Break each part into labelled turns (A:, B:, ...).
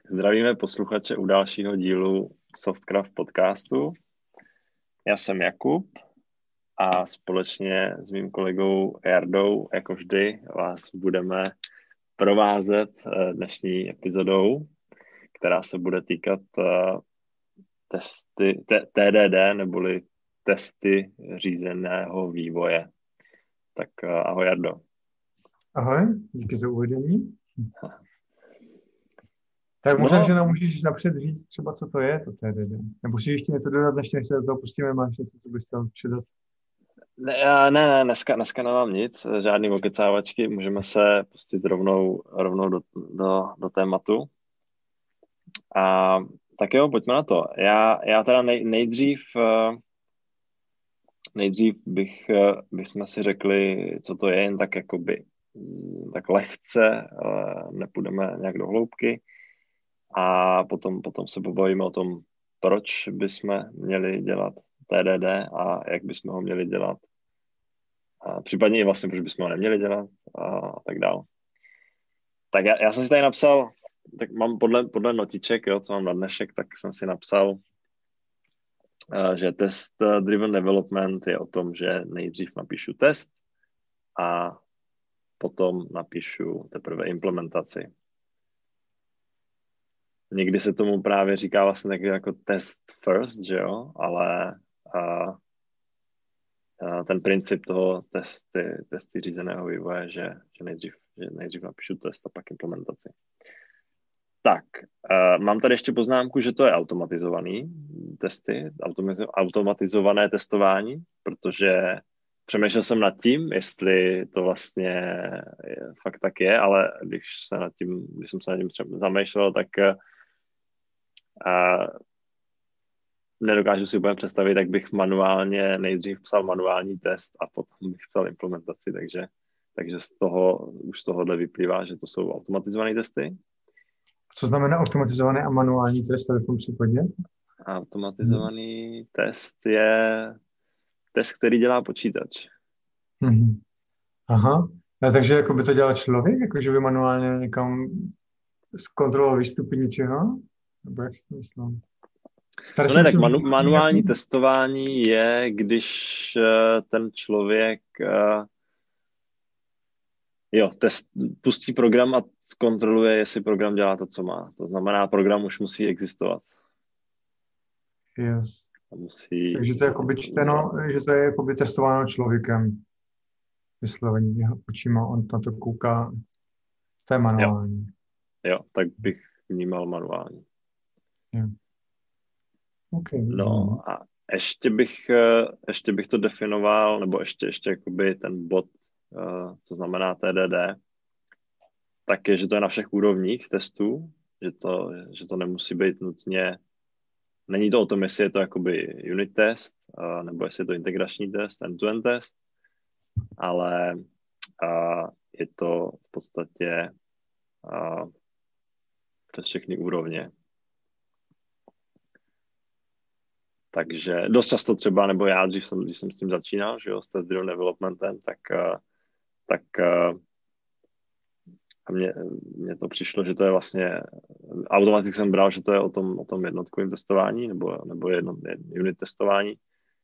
A: Zdravíme posluchače u dalšího dílu Softcraft podcastu. Já jsem Jakub a společně s mým kolegou Jardou, jako vždy, vás budeme provázet dnešní epizodou, která se bude týkat TDD, neboli testy řízeného vývoje. Tak ahoj, Jardo.
B: Ahoj, díky za uvedení. Tak možná, že nám můžeš napřed říct třeba, co to je, to TDD. Nebo si ještě něco dodat, než se do toho pustíme, máš něco, co bys chtěl přidat?
A: Ne, dneska nemám nic, žádný okecávačky, můžeme se pustit rovnou do tématu. A tak jo, pojďme na to. Já teda nejdřív bychom si řekli, co to je, jen tak jakoby tak lehce, nepůjdeme nějak do hloubky a potom se pobavíme o tom, proč bychom měli dělat TDD a jak bychom ho měli dělat. A případně i vlastně, proč bychom ho neměli dělat a tak dále. Tak já jsem si tady napsal, tak mám podle notiček, jo, co mám na dnešek, tak jsem si napsal, že test-driven development je o tom, že nejdřív napíšu test a potom napíšu teprve implementaci. Někdy se tomu právě říká vlastně taky jako test first, že jo, ale ten princip toho testy řízeného vývoje, že nejdřív napíšu test a pak implementaci. Tak, mám tady ještě poznámku, že to je automatizovaný testy, automatizované testování, protože přemýšlel jsem nad tím, jestli to vlastně fakt tak je, ale když jsem se nad tím zamýšlel, tak nedokážu si úplně představit, jak bych nejdřív psal manuální test a potom bych psal implementaci, takže z tohohle vyplývá, že to jsou automatizované testy.
B: Co znamená automatizovaný a manuální test v tom případě?
A: Automatizovaný test je test, který dělá počítač.
B: Aha, takže jako by to dělal člověk, jakože by manuálně někam zkontroloval výstupy něčeho? Nebo jak si to myslím?
A: No ne, tak manuální testování je, když ten člověk pustí program a zkontroluje, jestli program dělá to, co má. To znamená, program už musí existovat.
B: Yes. Takže to je jakoby čteno, že to je jakoby testováno člověkem. Vyslovení jeho očima, on na to kouká, to je manuální.
A: Jo, tak bych vnímal manuální.
B: Jo. Okay.
A: No a ještě bych to definoval, nebo ještě jakoby ten bod, co znamená TDD, tak je, že to je na všech úrovních testů, že to nemusí být nutně, není to o tom, jestli je to jakoby unit test, nebo jestli je to integrační test, end-to-end test, ale je to v podstatě přes všechny úrovně. Takže dost často třeba, nebo já, když jsem s tím začínal, že jo, s test-driven developmentem, tak a mně to přišlo, že to je vlastně, automaticky jsem bral, že to je o tom jednotkovém testování, nebo unit testování,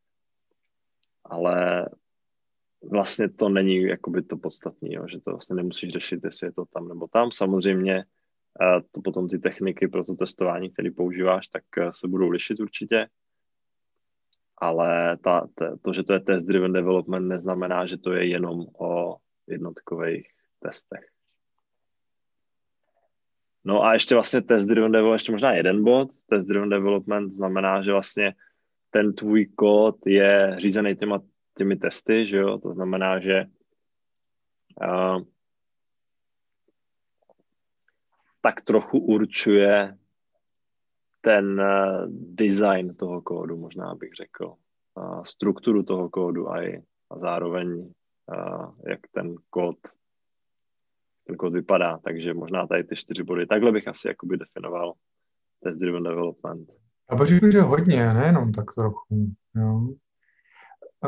A: ale vlastně to není jakoby to podstatné, že to vlastně nemusíš řešit, jestli je to tam nebo tam. Samozřejmě to potom ty techniky pro to testování, které používáš, tak se budou lišit určitě, ale to, že to je test-driven development, neznamená, že to je jenom o jednotkových testech. No a ještě vlastně test-driven development, ještě možná jeden bod. Test-driven development znamená, že vlastně ten tvůj kód je řízený těmi testy, že jo? To znamená, že tak trochu určuje ten design toho kódu, možná bych řekl. Strukturu toho kódu a zároveň jak ten kód vypadá. Takže možná tady ty 4 body. Takhle bych asi jakoby definoval test-driven development.
B: A bych řekl, že hodně, nejenom tak trochu. Jo.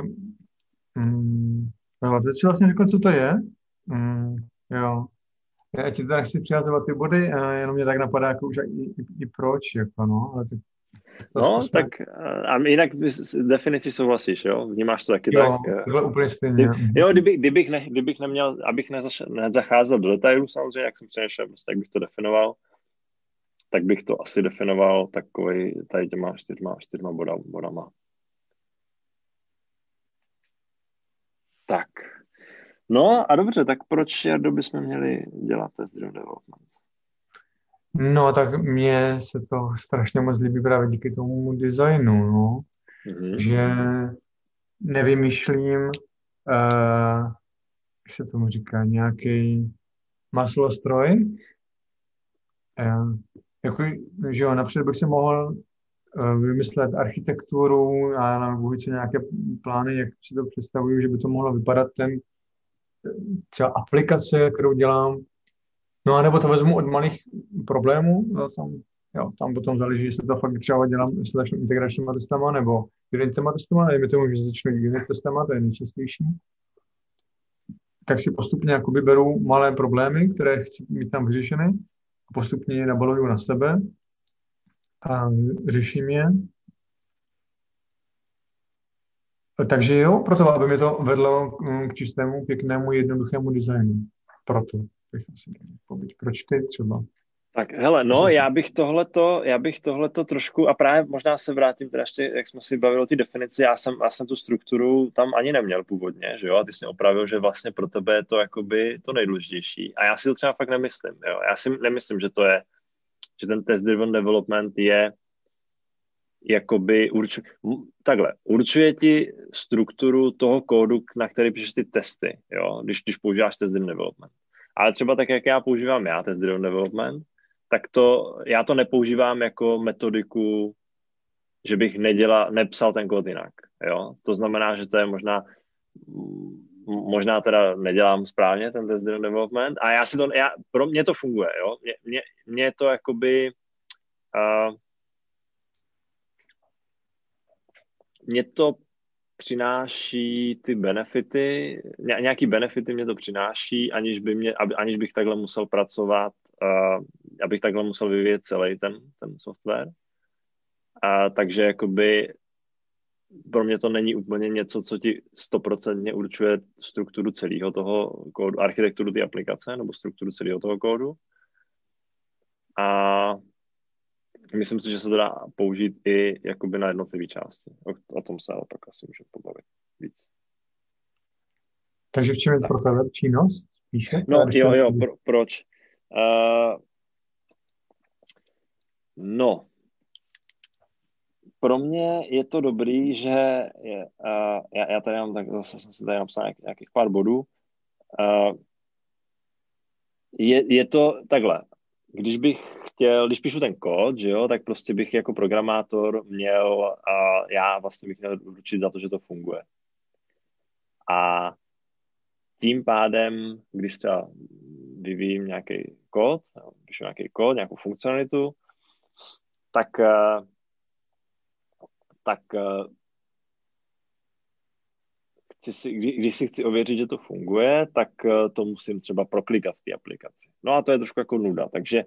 B: Jo, teď si vlastně řekl, co to je. Jo. Já ti tady nechci přihazovat ty body, jenom mě tak napadá, jako už i proč, jako no, ale to
A: No,
B: zkusme.
A: tak a jinak s definicí souhlasíš, jo? Vnímáš to taky tak?
B: Jo, tohle úplně stejně.
A: Jo, kdybych neměl, abych nezacházel do detailů samozřejmě, jak jsem přemýšlel, prostě jak bych to definoval, tak bych to asi definoval takovej tady těma čtyřma bodama. Tak. No a dobře, tak proč, Jardo, bychom měli dělat test driven development?
B: No, tak mně se to strašně moc líbí právě díky tomu designu, no. Že nevymýšlím, jak se tomu říká, nějaký maslostroj. Jako, že jo, například bych si mohl vymyslet architekturu a vůbec nějaké plány, jak si to představuju, že by to mohlo vypadat třeba aplikace, kterou dělám. No a nebo to vezmu od malých problémů, tam potom záleží, jestli to fakt třeba dělám s integračníma testama nebo unitníma testama, nevím tomu, že začnu unit testama, to je nejčastější. Tak si postupně jakoby beru malé problémy, které chci mít tam vyřešeny, a postupně je nabaluju na sebe a řeším je. Takže jo, proto, aby mi to vedlo k čistému, pěknému, jednoduchému designu. Proto bych asi pověděl. Proč ty třeba?
A: Tak hele, no, já bych tohleto trošku, a právě možná se vrátím teda ještě, jak jsme si bavili o té definici, já jsem tu strukturu tam ani neměl původně, že jo, a ty jsi mě opravil, že vlastně pro tebe je to jakoby to nejdůležitější. A já si to třeba fakt nemyslím, jo, já si nemyslím, že to je, že ten test-driven development je jakoby určuje ti strukturu toho kódu, na který píšeš ty testy, jo, když používáš test-driven development. Ale třeba tak, jak já používám test-driven development, tak já to nepoužívám jako metodiku, že bych nepsal ten kód jinak, jo. To znamená, že to je možná teda nedělám správně ten test-driven development a pro mě to funguje, jo. Mě to jakoby mě to přináší ty benefity, nějaký benefity mě to přináší, aniž bych takhle musel pracovat, abych takhle musel vyvíjet celý ten software. Takže jakoby pro mě to není úplně něco, co ti 100% určuje strukturu celého toho kódu, architekturu té aplikace nebo strukturu celého toho kódu. A myslím si, že se to dá použít i jakoby na jednotlivé části. O tom se ale pak asi můžu pobavit víc.
B: Takže v čem je pro tebe přínos? Spíše?
A: No jo, proč? No, pro mě je to dobrý, že já tady mám, tak zase jsem si tady napsal nějakých pár bodů. Je to takhle. Když píšu ten kód, že jo, tak prostě bych jako programátor já vlastně bych měl určit za to, že to funguje. A tím pádem, když třeba vyvíjím nějaký kód, píšu nějaký kód, nějakou funkcionalitu, tak když si chci ověřit, že to funguje, tak to musím třeba proklikat v té aplikaci. No a to je trošku jako nuda, takže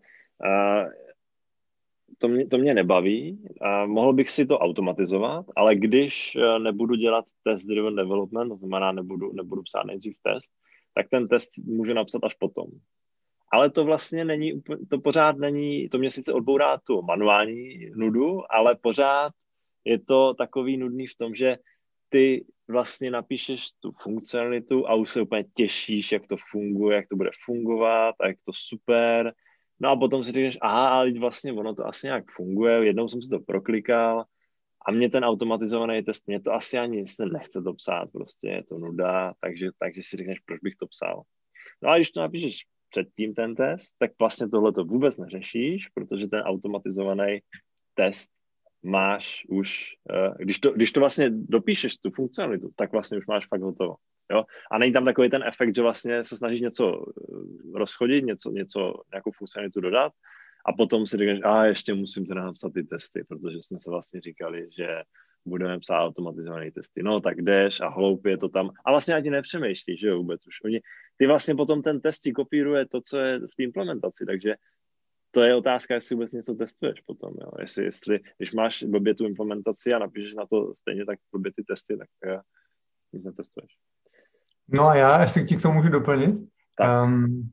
A: to mě nebaví. Mohl bych si to automatizovat, ale když nebudu dělat test-driven development, to znamená nebudu psát nejdřív test, tak ten test můžu napsat až potom. Ale to vlastně pořád není, to mě sice odbourá tu manuální nudu, ale pořád je to takový nudný v tom, že ty vlastně napíšeš tu funkcionalitu a už se úplně těšíš, jak to funguje, jak to bude fungovat a jak to super. No a potom si říkáš, ale vlastně ono to asi nějak funguje, jednou jsem si to proklikal a mě ten automatizovaný test, mě to asi ani nechce to psát, prostě je to nuda, takže si říkáš, proč bych to psal. No a když to napíšeš předtím ten test, tak vlastně tohle to vůbec neřešíš, protože ten automatizovaný test máš už, když to vlastně dopíšeš tu funkcionalitu, tak vlastně už máš fakt hotovo. Jo? A není tam takový ten efekt, že vlastně se snažíš něco rozchodit, nějakou funkcionalitu dodat a potom si říkáš, ještě musím teda napsat ty testy, protože jsme se vlastně říkali, že budeme psát automatizované testy. No tak jdeš a hloupě to tam. A vlastně ani nepřemýšlíš, že jo, vůbec už. Ty vlastně potom ten test ti kopíruje to, co je v té implementaci, takže to je otázka, jestli vůbec něco testuješ potom, jo. Jestli když máš blbě tu implementaci a napíšeš na to stejně tak blbě ty testy, tak nic netestuješ.
B: No a já, jestli ti k tomu můžu doplnit,
A: Tak.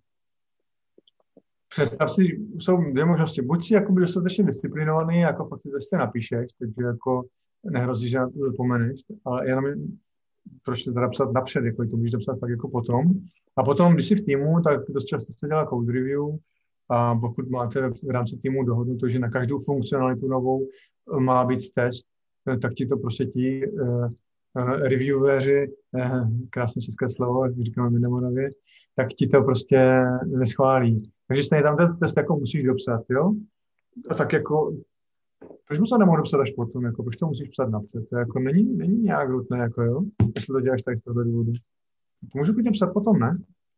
B: Představ si, jsou dvě možnosti. Buď si jakoby dostatečně disciplinovaný, jako fakt ty testy napíšeš, takže jako nehrozí, že na to zapomeneš, ale jenom proč to teda psat napřed, jako to můžeš napsat tak jako potom. A potom, když jsi v týmu, tak dost často se dělá code review a pokud máte v rámci týmu dohodnuto, že na každou funkcionalitu novou má být test, tak ti to prostě revieweři, krásné české slovo, jak říkáme v Nemoravě, tak ti to prostě neschválí. Takže stejně tam ten test jako musíš dopsat, jo? A tak jako, proč mu to nemohu dopsat až potom, jako, proč to musíš psat napřed? To jako není nějak nutné, jako jo? Jestli to děláš tak z tohoto důvodu. To můžu klidně psat potom, ne?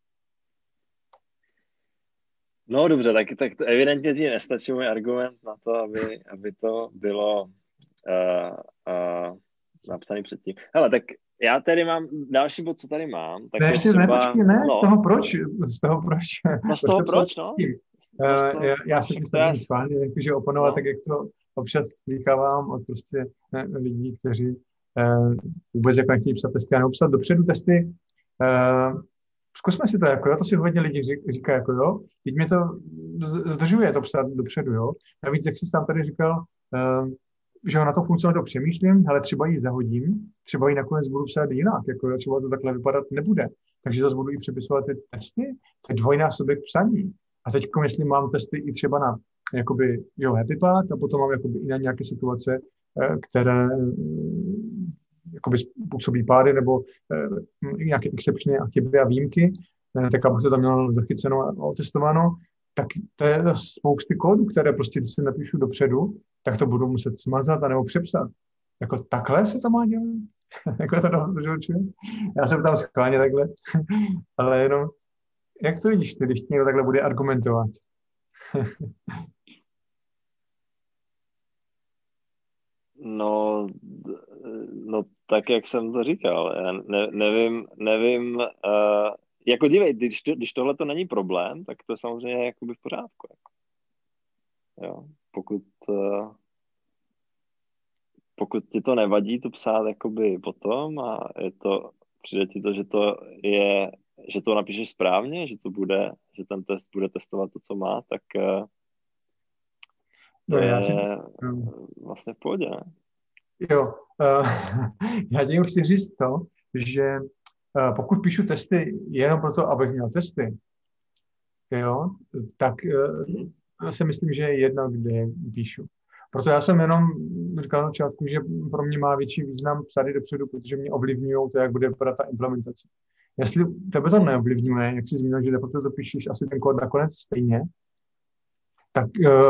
A: No dobře, tak evidentně ti nestačí můj argument na to, aby to bylo napsaný předtím. Hele, tak já tady mám další bod, co tady mám. Tak
B: ne, ještě třeba, počkej,
A: no.
B: z toho proč?
A: No z toho proč, no?
B: Já se ti snažím schválně, jakože oponovat, no. Tak jak to občas slýchávám od prostě lidí, kteří vůbec jako nechtějí psat testy a neupsat dopředu testy. Zkusme si to, jako jo, to si hodně lidí říká, jako jo, teď mě to zdržuje to psát dopředu, jo. Navíc, jak jsi tam tady říkal, že na to funkcionalitu přemýšlím, ale třeba ji zahodím, třeba ji nakonec budu psát jinak, jako třeba to takhle vypadat nebude. Takže zase budu i přepisovat ty testy, to je dvojnásobek psaní. A teď, jestli mám testy i třeba na jakoby, jo, happy path, a potom mám jakoby i na nějaké situace, které jakoby působí pády nebo nějaké excepčné a chyby a výjimky, tak abych to tam měl zachyceno a otestováno, tak to je spousty kódů, které prostě, když si napíšu dopředu, tak to budu muset smazat anebo přepsat. Jako takhle se to má dělat? Jako to doporučuje? Já jsem tam schválně takhle, ale jenom, jak to vidíš ty, když někdo takhle bude argumentovat?
A: No tak, jak jsem to říkal, já nevím, jako dívej, když tohle to není problém, tak to je samozřejmě jakoby v pořádku. Jako. Jo, pokud ti to nevadí to psát jakoby potom a přijde ti to, že to napíšeš správně, že ten test bude testovat to, co má, tak to je vlastně v pohodě, ne?
B: Jo, já tím chci říct to, že pokud píšu testy jenom proto, abych měl testy, jo, tak si myslím, že je jedno, kde je píšu. Proto já jsem jenom říkal na začátku, že pro mě má větší význam psát dopředu, protože mě ovlivňují to, jak bude vypadat ta implementace. Jestli tebe to neovlivňuje, jak jsi zmínil, že proto to píšeš asi ten kód nakonec stejně, tak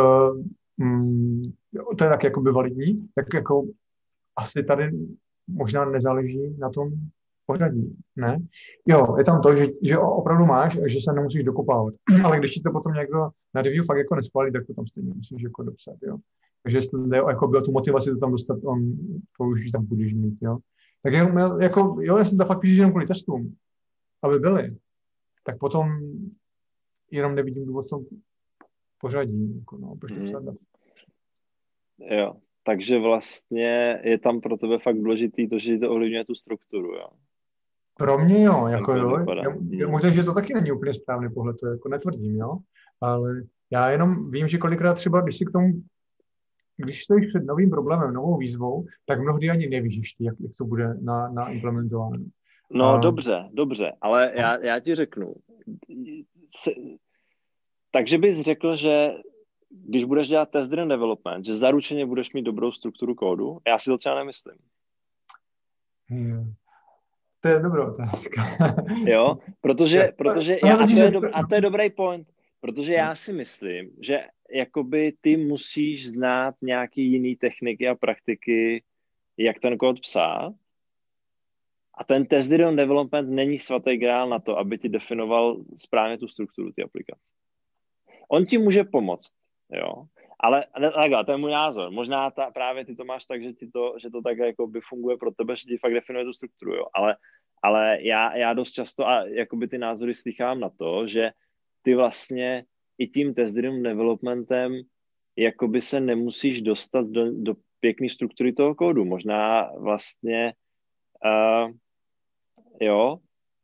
B: to je tak jakoby validní, tak jako asi tady možná nezáleží na tom pořadí, ne? Jo, je tam to, že opravdu máš a že se nemusíš dokopávat. Ale když ti to potom někdo na review fakt jako nespálí, tak to tam stejně musíš jako dopsat, jo. Takže jestli jde jako bylo tu motivaci to tam dostat, to už tam budeš mít, jo. Tak jako, jo, jestli to fakt píšeš jenom kvůli testům, aby byly, tak potom jenom nevidím důvod v tom pořadí, jako no, proč to psát.
A: Jo. Takže vlastně je tam pro tebe fakt důležitý to, že to ovlivňuje tu strukturu, jo?
B: Pro mě jo, jako jo. Možná, že to taky není úplně správný pohled, to jako netvrdím, jo. Ale já jenom vím, že kolikrát třeba, když stojíš před novým problémem, novou výzvou, tak mnohdy ani nevíš ještě, jak to bude na implementováno.
A: No dobře, ale já ti řeknu. Takže bys řekl, že když budeš dělat test-driven development, že zaručeně budeš mít dobrou strukturu kódu? Já si to třeba nemyslím.
B: To je dobrá otázka.
A: Jo, protože to je dobrý point, protože já si myslím, že jakoby ty musíš znát nějaký jiný techniky a praktiky, jak ten kód psát, a ten test-driven development není svatý grál na to, aby ti definoval správně tu strukturu té aplikace. On ti může pomoct, jo, ale takhle, to je můj názor. Možná právě ty to máš tak, že to tak jako by funguje pro tebe, že ti fakt definuje tu strukturu, jo. Ale já dost často a jakoby ty názory slychám na to, že ty vlastně i tím test-driven developmentem jakoby se nemusíš dostat do pěkné struktury toho kódu. Možná vlastně jo.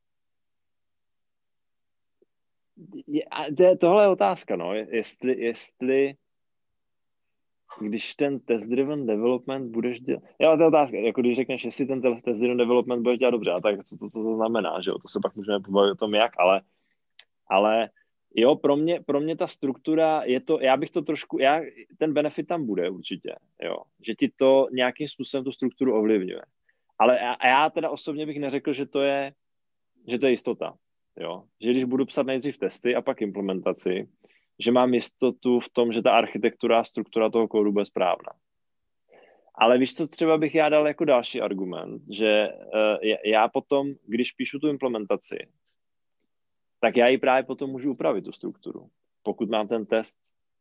A: Tohle je otázka, no. Jestli když ten test-driven development budeš dělat... Jo, to je otázka, jako když řekneš, jestli ten test-driven development budeš dělat dobře, a tak co to znamená, že jo, to se pak můžeme pobavit o tom jak, ale jo, pro mě ta struktura je to, já bych to trošku, ten benefit tam bude určitě, jo, že ti to nějakým způsobem tu strukturu ovlivňuje. Ale já teda osobně bych neřekl, že to je jistota, jo, že když budu psat nejdřív testy a pak implementaci, že mám jistotu v tom, že ta architektura a struktura toho kódu bude správná. Ale víš, co třeba bych já dal jako další argument, že já potom, když píšu tu implementaci, tak já ji právě potom můžu upravit tu strukturu. Pokud mám ten test,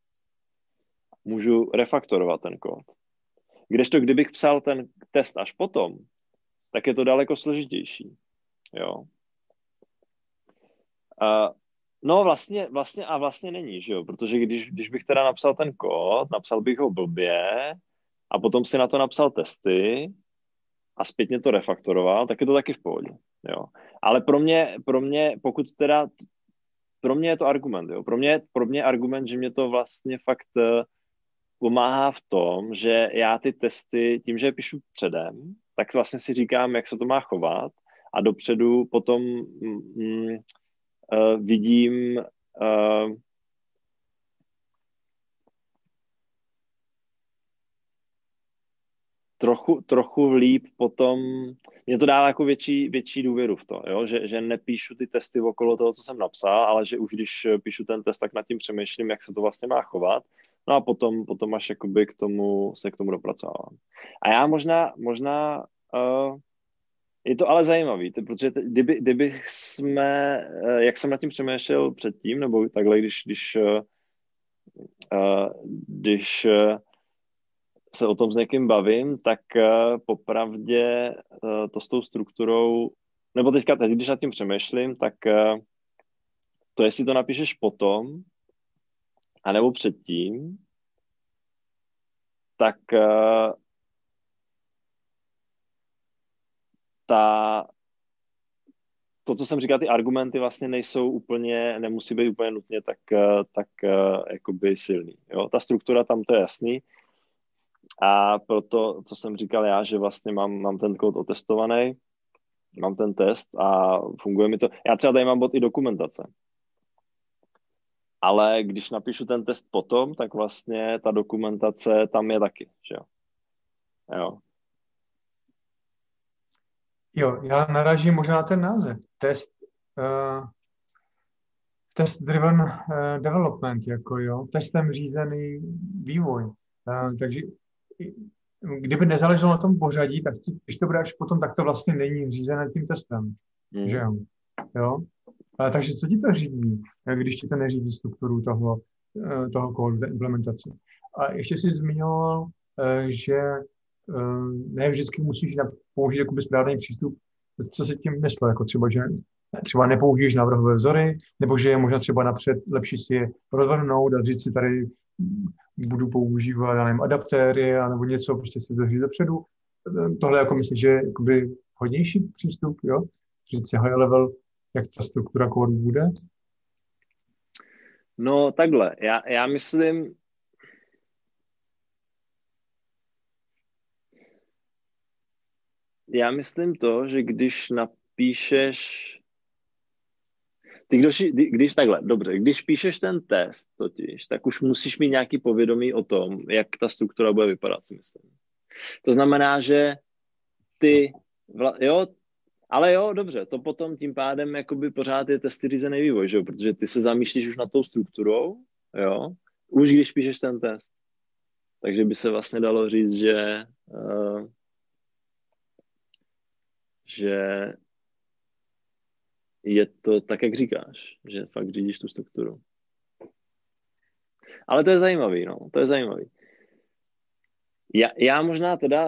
A: můžu refaktorovat ten kód. Kdežto, kdybych psal ten test až potom, tak je to daleko složitější. Jo. No vlastně není, že jo, protože když bych teda napsal ten kód, napsal bych ho blbě a potom si na to napsal testy a zpětně to refaktoroval, tak je to taky v pohodě, jo. Ale pro mě, pokud teda, pro mě je to argument, jo. Pro mě je argument, že mě to vlastně fakt pomáhá v tom, že já ty testy, tím, že je píšu předem, tak vlastně si říkám, jak se to má chovat a dopředu potom vidím trochu líp potom, mě to dává jako větší důvěru v to, jo? Že nepíšu ty testy okolo toho, co jsem napsal, ale že už když píšu ten test, tak nad tím přemýšlím, jak se to vlastně má chovat, no a potom až jakoby se k tomu dopracovám. A já možná je to ale zajímavý, protože kdyby jsme, jak jsem nad tím přemýšlel předtím, nebo takhle, když se o tom s někým bavím, tak popravdě to s tou strukturou, nebo teď, když nad tím přemýšlím, tak to, jestli to napíšeš potom, anebo předtím, tak to, co jsem říkal, ty argumenty vlastně nemusí být úplně nutně tak jakoby silný. Jo? Ta struktura tam, to je jasný. A proto, co jsem říkal já, že vlastně mám ten kód otestovaný, mám ten test a funguje mi to. Já třeba tady mám bod i dokumentace. Ale když napíšu ten test potom, tak vlastně ta dokumentace tam je taky, že jo. Jo.
B: Jo, já narážím možná na ten název. Test-driven development, jako jo, testem řízený vývoj. Takže kdyby nezáleželo na tom pořadí, tak když to bude až potom, tak to vlastně není řízené tím testem. Že jo? Jo? Takže co ti to řídí, když ti to neřídí strukturu toho kódu, té implementace? A ještě jsi zmiňoval, že ne vždycky musíš použít jakoby správný přístup. Co se tím myslel? Jako třeba, že třeba nepoužiješ návrhové vzory, nebo že je možná třeba napřed lepší si je rozvrhnout a říct si tady budu používat, já nevím, adaptéry, nebo něco, prostě si to říct dopředu. Tohle jako myslím, že je jakoby hodnější přístup, jo? Říct si high level, jak ta struktura kódu bude?
A: No takhle, já myslím, to, že když napíšeš když takhle, dobře, když píšeš ten test totiž, tak už musíš mít nějaký povědomí o tom, jak ta struktura bude vypadat, si myslím. To znamená, že ale jo, dobře, to potom tím pádem jakoby pořád je testy řízený vývoj, že jo, protože ty se zamýšlíš už nad tou strukturou, jo, už když píšeš ten test. Takže by se vlastně dalo říct, že je to tak, jak říkáš, že fakt řídíš tu strukturu. Ale to je zajímavý, no, to je zajímavý. Já možná teda,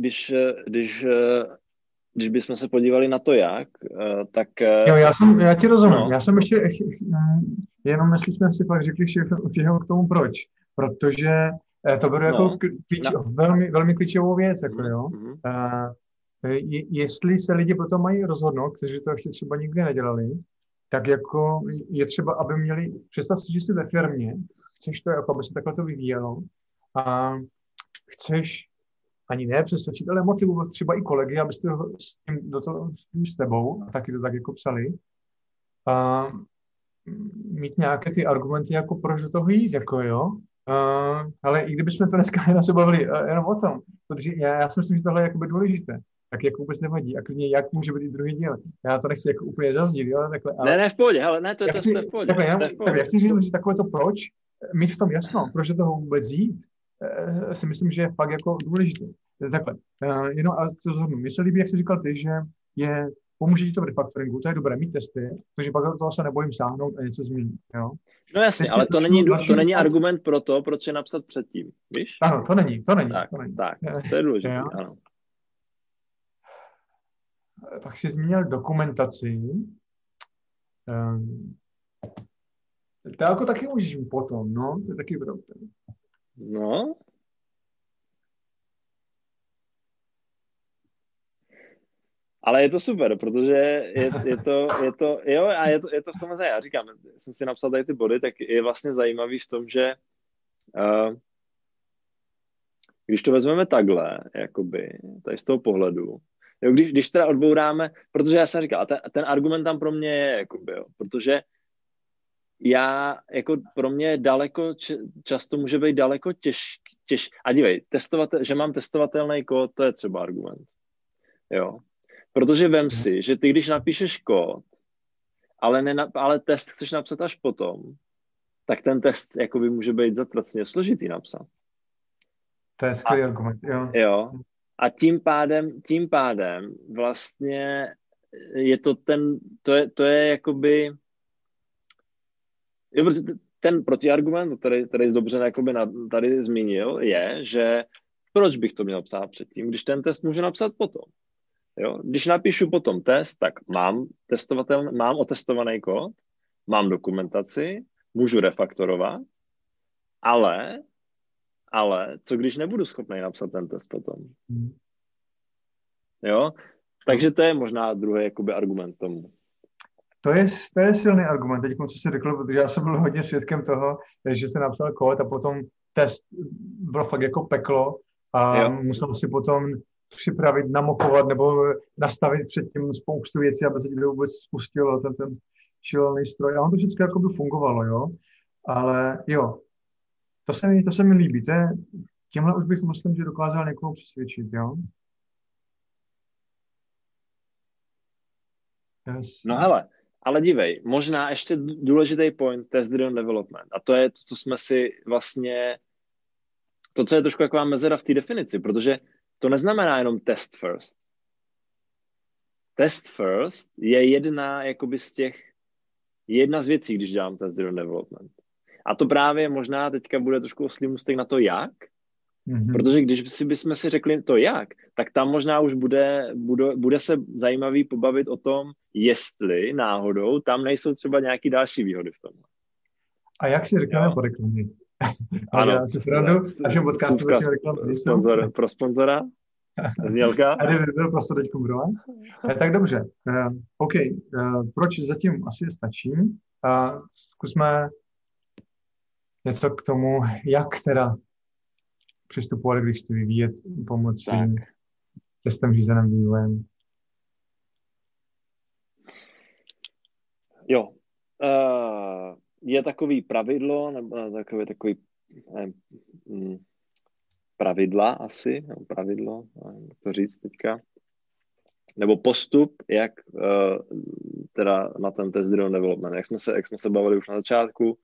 A: když bychom se podívali na to, jak, tak...
B: Jo, já ti rozumím.
A: No,
B: Já jsem ještě, jenom jestli jsme si pak řekli všechno k tomu proč. Protože to beru jako
A: no, no.
B: velmi, velmi klíčovou věc. Jako,
A: Mhm,
B: jo.
A: mhm.
B: Jestli se lidi potom mají rozhodnout, kteří to ještě třeba nikdy nedělali, tak jako je třeba, aby měli, představ si, že jsi ve firmě, chceš to, jako aby se takhle to vyvíjelo a chceš ani ne přesvědčit, ale motivovat třeba i kolegy, abyste s tím, do toho s tebou, a taky to tak jako psali, a mít nějaké ty argumenty, jako proč do toho jít, jako jo. Ale i kdybychom to dneska jenom se bavili jenom o tom, protože já si myslím, že tohle je jakoby důležité, tak jako vůbec nevadí. A klidně jak může být i druhý díl. Já to nechci jako úplně zazdít, jo, takhle. Ale
A: Ne, v pohodě, hele, ne, to je v pohodě.
B: Takhle,
A: To je v pohodě.
B: já chci říct, že takové to proč, mít v tom jasno, proč do toho vůbec jít, si myslím, že je fakt jako důležité. Takhle, jenom a to zhodnu. Mně se líbí, jak jsi říkal ty, že pomůže ti to v refactoringu, to je dobré mít testy, protože pak do toho se nebojím sáhnout a něco změnit. Jo?
A: No jasně, ale to není argument pro to, proč je napsat předtím, víš?
B: Ano, to není.
A: Tak, to je důležité, ano.
B: Pak jsi zmínil dokumentaci. To jako taky můžeš mít potom, no, to je taky problém.
A: No. Ale je to super, protože je to v tom, já říkám, jsem si napsal tady ty body, tak je vlastně zajímavý v tom, že když to vezmeme takhle, jakoby, tady z toho pohledu, jo, když teda odbouráme, protože já jsem říkal, ten argument tam pro mě je, jakoby, jo, protože pro mě daleko, často může být daleko těžký. A dívej, že mám testovatelný kód, to je třeba argument. Jo. Protože vem si, že ty, když napíšeš kód, ale test chceš napsat až potom, tak ten test jakoby může být zatracně složitý napsat.
B: To je skvělý argument, jo.
A: Jo. A tím pádem vlastně je to je jakoby ten protiargument, který jsi dobře jakoby tady zmínil, je, že proč bych to měl psát předtím, když ten test můžu napsat potom. Jo? Když napíšu potom test, tak mám otestovaný kód, mám dokumentaci, můžu refaktorovat, ale co když nebudu schopný napsat ten test potom? Jo? Takže to je možná druhý jakoby argument tomu.
B: To je silný argument, teď co jsi řekl, protože já jsem byl hodně svědkem toho, že se napsal kód a potom test bylo fakt jako peklo a musel si potom připravit, namokovat nebo nastavit předtím spoustu věcí, aby se ti vůbec spustil ten šílený stroj. A on to všechno jako by fungovalo, jo. Ale jo, to se mi líbí. Tímhle už bych myslím, že dokázal někoho přesvědčit, jo.
A: Yes. No hele, ale dívej, možná ještě důležitý point test-driven development. A to je to, co jsme si vlastně, to, co je trošku taková mezera v té definici, protože to neznamená jenom test first. Test first je jedna z věcí, když dělám test-driven development. A to právě možná teďka bude trošku oslý můstek na to jak, protože když bychom si řekli to jak, tak tam možná už bude se zajímavý pobavit o tom, jestli náhodou tam nejsou třeba nějaký další výhody v tom.
B: A jak si řekneme po reklamě?
A: Ano, pro sponzora. Znělka.
B: A kdyby byl prostě teď pro vás. Tak dobře. OK. Proč zatím asi stačí? Zkusme něco k tomu, jak teda přistupovat, když chci vyvíjet pomocí testem řízeným vývojem.
A: Jo. Je takový pravidlo, nebo takový pravidla asi, nebo pravidlo, jak to říct teďka, nebo postup, jak teda na ten test-driven development. Jak jsme se bavili už na začátku,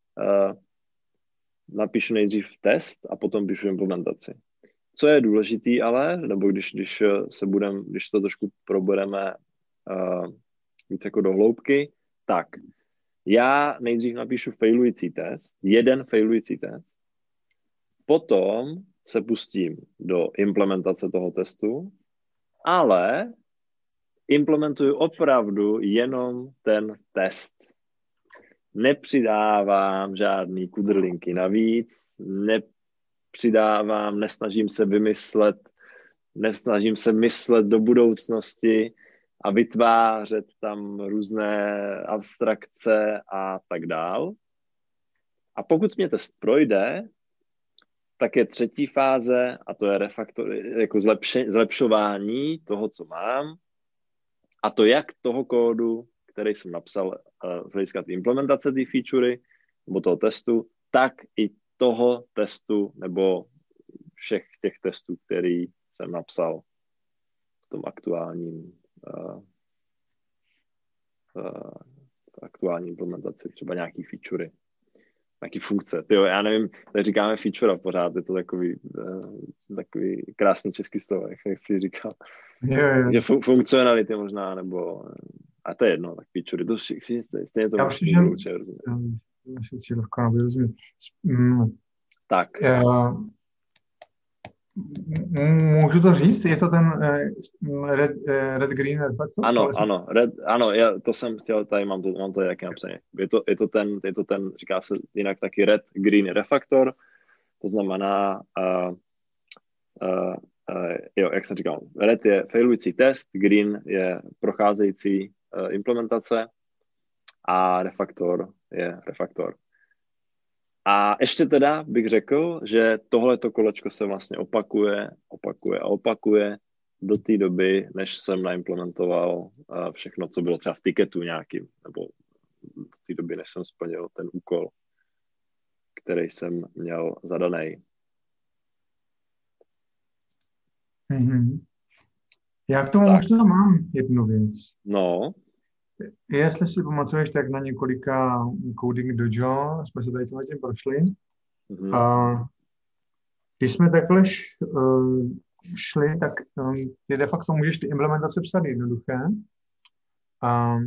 A: napíšu nejdřív test a potom píšu implementaci. Co je důležitý ale, nebo když to trošku probereme víc jako do hloubky, tak Já nejdřív napíšu failující test, jeden failující test, potom se pustím do implementace toho testu, ale implementuju opravdu jenom ten test. Nepřidávám žádný kudrlinky navíc, nesnažím se myslet do budoucnosti a vytvářet tam různé abstrakce a tak dál. A pokud mě test projde, tak je třetí fáze a to je jako zlepšování toho, co mám, a to jak toho kódu, který jsem napsal z hlediska implementace té featurey nebo toho testu, tak i toho testu nebo všech těch testů, který jsem napsal v tom aktuální implementaci, třeba nějaký featurey, nějaký funkce. Tyjo, já nevím, tak říkáme feature pořád, je to takový krásný český slovo, jak jsi říkal. Že funkcionality možná, nebo a to je jedno, tak feature, to stejně to určitě rozumět. Tak.
B: Můžu to říct? Je to ten red green refactor?
A: Ano, já to jsem chtěl, tady mám to jaké napsané. Je to ten, říká se jinak taky red green refactor, to znamená jak jsem říkal, red je failující test, green je procházející implementace a refaktor je refaktor. A ještě teda bych řekl, že tohleto kolečko se vlastně opakuje do té doby, než jsem naimplementoval všechno, co bylo třeba v tiketu nějakým, nebo do té doby, než jsem splnil ten úkol, který jsem měl zadaný.
B: Mm-hmm. Já k tomu možná mám jednu věc.
A: No.
B: Jestli si pamatuješ, tak na několika Coding Dojo jsme se tady tím prošli. Mm-hmm. A když jsme takhle šli, tak ty de facto můžeš ty implementace psat jednoduché. A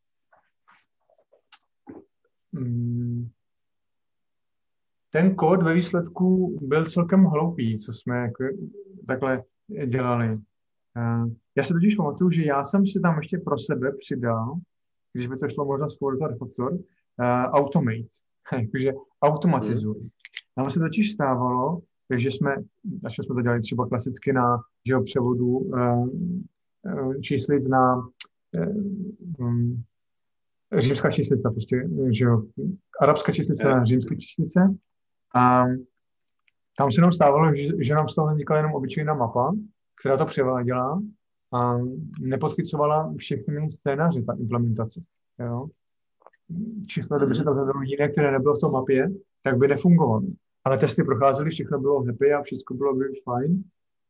B: ten kód ve výsledku byl celkem hloupý, co jsme jako takhle dělali. Já se totiž pamatuju, že já jsem si tam ještě pro sebe přidal, když by to šlo možná z kódu refaktor, automate, jakože automatizuj. Nám se totiž stávalo, že jsme to dělali třeba klasicky na převodu číslic na římská číslice, prostě, že jo, arabská číslice na římské číslice. A tam se nám stávalo, že nám z toho vznikla jenom obyčejná mapa, která to převáděla a nepodchycovala všechny scénáře, ta implementace. Jo? Číslo, kdyby se tam zadalo jiné, které nebylo v tom mapě, tak by nefungovalo. Ale testy procházely, všechno bylo happy a všechno bylo fajn.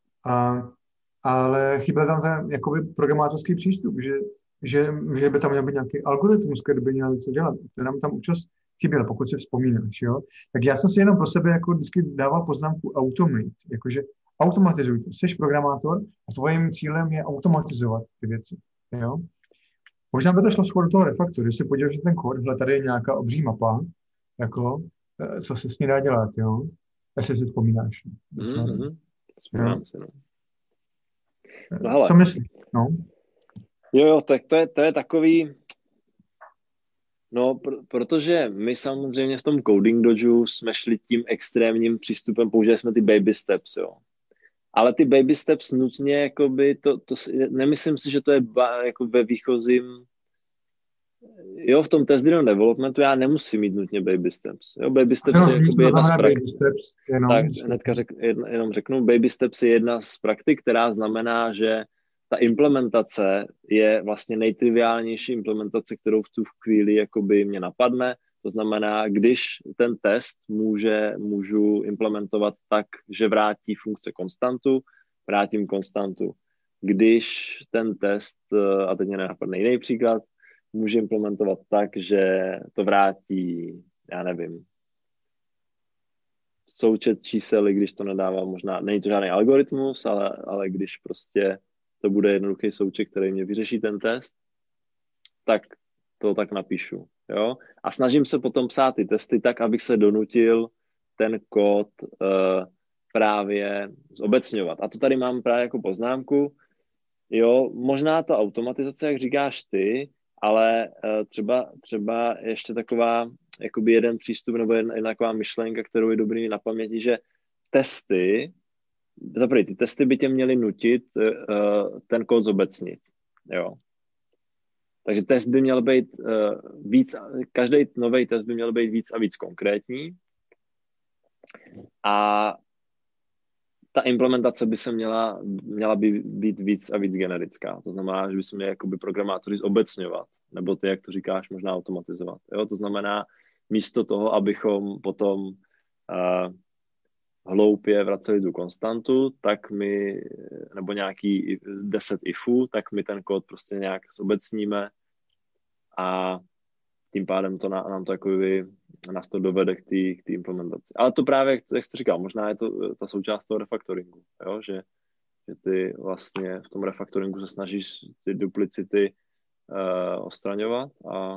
B: Ale chyběl tam ten jakoby programátorský přístup, že by tam měl být nějaký algoritmus, který by měl něco dělat. To nám tam účast chyběl, pokud si vzpomínáš. Jo? Tak já jsem si jenom pro sebe jako vždycky dával poznámku automate, jakože automatizuj to. Jsi programátor a tvojím cílem je automatizovat ty věci. Jo? Možná by to šlo skoro do toho refaktoru, když si podíváš na ten kód, hele, tady je nějaká obří mapa, jako, co se s ní dá dělat, jo? Jestli si vzpomínáš.
A: Vzpomínám si, no. Hele.
B: Co myslíš? No?
A: Jo, tak to je takový, no, protože my samozřejmě v tom Coding Doju jsme šli tím extrémním přístupem, použili jsme ty baby steps, jo. Ale ty baby steps nutně, jakoby, nemyslím si, že to je jako ve výchozím, jo, v tom test-driven developmentu já nemusím mít nutně baby steps. Jo, baby steps je jakoby jedna z praktik. Tak hnedka jenom řeknu, baby steps je jedna z praktik, která znamená, že ta implementace je vlastně nejtriviálnější implementace, kterou v tu chvíli jakoby mě napadne. To znamená, když ten test můžu implementovat tak, že vrátí funkce konstantu, vrátím konstantu. Když ten test, a teď mě nenapadne jiný příklad, můžu implementovat tak, že to vrátí, já nevím, součet čísel, když to nedává možná, není to žádný algoritmus, ale když prostě to bude jednoduchý součet, který mě vyřeší ten test, tak to tak napíšu. Jo? A snažím se potom psát ty testy tak, abych se donutil ten kód právě zobecňovat. A to tady mám právě jako poznámku. Jo, možná ta automatizace, jak říkáš ty, ale třeba ještě taková, jakoby jeden přístup nebo jedna taková myšlenka, kterou je dobrý na paměti, že ty testy by tě měly nutit ten kód zobecnit. Jo. Takže test by měl být každý nový test by měl být víc a víc konkrétní a ta implementace by se měla by být víc a víc generická. To znamená, že by se měli jakoby programátoři zobecňovat, nebo ty, jak to říkáš, možná automatizovat. Jo? To znamená, místo toho, abychom potom hloupě vraceli tu konstantu, tak my, nebo nějaký 10 ifů, tak my ten kód prostě nějak zobecníme a tím pádem nám to jakoby nás to dovede k té implementaci. Ale to právě, jak jsi říkal, možná je to ta součást toho refaktoringu, jo? Že ty vlastně v tom refaktoringu se snažíš ty duplicity odstraňovat a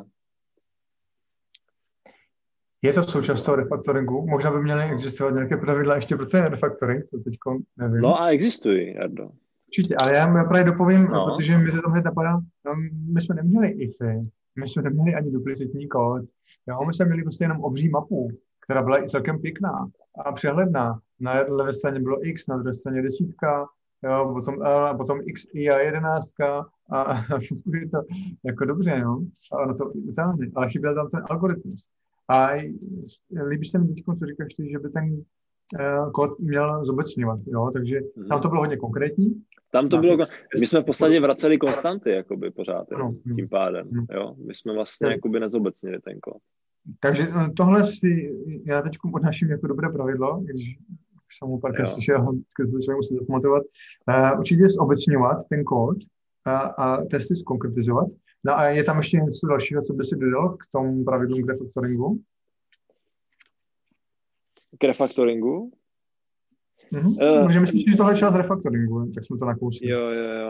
B: je to součást toho refaktoringu? Možná by měly existovat nějaké pravidla ještě pro ten refaktoring, to teďko nevím.
A: No a existují, Jardo.
B: Určitě, ale já právě dopovím, protože mi se to hned napadá, my jsme neměli ify, my jsme neměli ani duplicitní kód, jo? My jsme měli prostě jenom obří mapu, která byla i celkem pěkná a přehledná. Na levé straně bylo x, na druhé straně desítka, jo? Potom L, a potom x, i a 11 a je to jako dobře, jo? A ono to utáhne, ale chyběl tam ten algoritmus. A líbí se mi teď, co říkáš ty, že by ten kód měl zobecňovat, jo? Takže tam to bylo hodně konkrétní.
A: Tam to bylo, my jsme v podstatě vraceli konstanty, jakoby pořád, tím pádem, jo? My jsme vlastně jakoby nezobecnili ten kód.
B: Takže tohle si já teď odnáším jako dobré pravidlo, když jsem mu párkrát slyšel, se musím zapamatovat, určitě zobecňovat ten kód a testy zkonkretizovat. No a je tam ještě něco dalšího, co by si dodal k tomu pravidlu k refaktoringu?
A: K refaktoringu?
B: Můžeme říct, že tohle je část refaktoringu, tak jsme to nakousli.
A: Jo.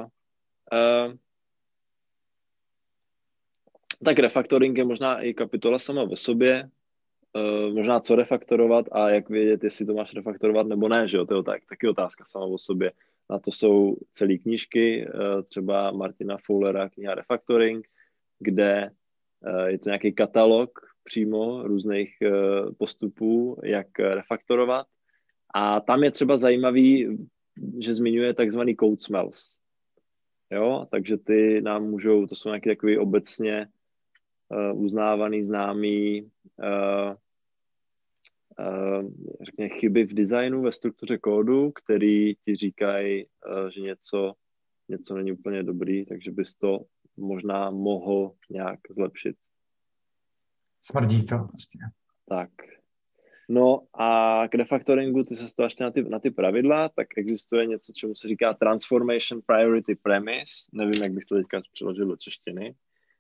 A: Tak refaktoring je možná i kapitola sama o sobě, možná co refaktorovat a jak vědět, jestli to máš refaktorovat nebo ne, že jo, to je taky otázka sama o sobě. Na to jsou celé knížky, třeba Martina Fowlera, kniha Refactoring, kde je to nějaký katalog přímo různých postupů, jak refaktorovat. A tam je třeba zajímavý, že zmiňuje takzvaný code smells. Jo, takže ty nám můžou, to jsou nějaké takový obecně uznávaný, známý řekněme, chyby v designu, ve struktuře kódu, který ti říkají, že něco není úplně dobrý, takže bys to možná mohl nějak zlepšit.
B: Smrdí to prostě.
A: Tak. No a k refaktoringu, ty se to ještě na ty pravidla, tak existuje něco, čemu se říká Transformation Priority Premise. Nevím, jak bych to teďka přeložil do češtiny.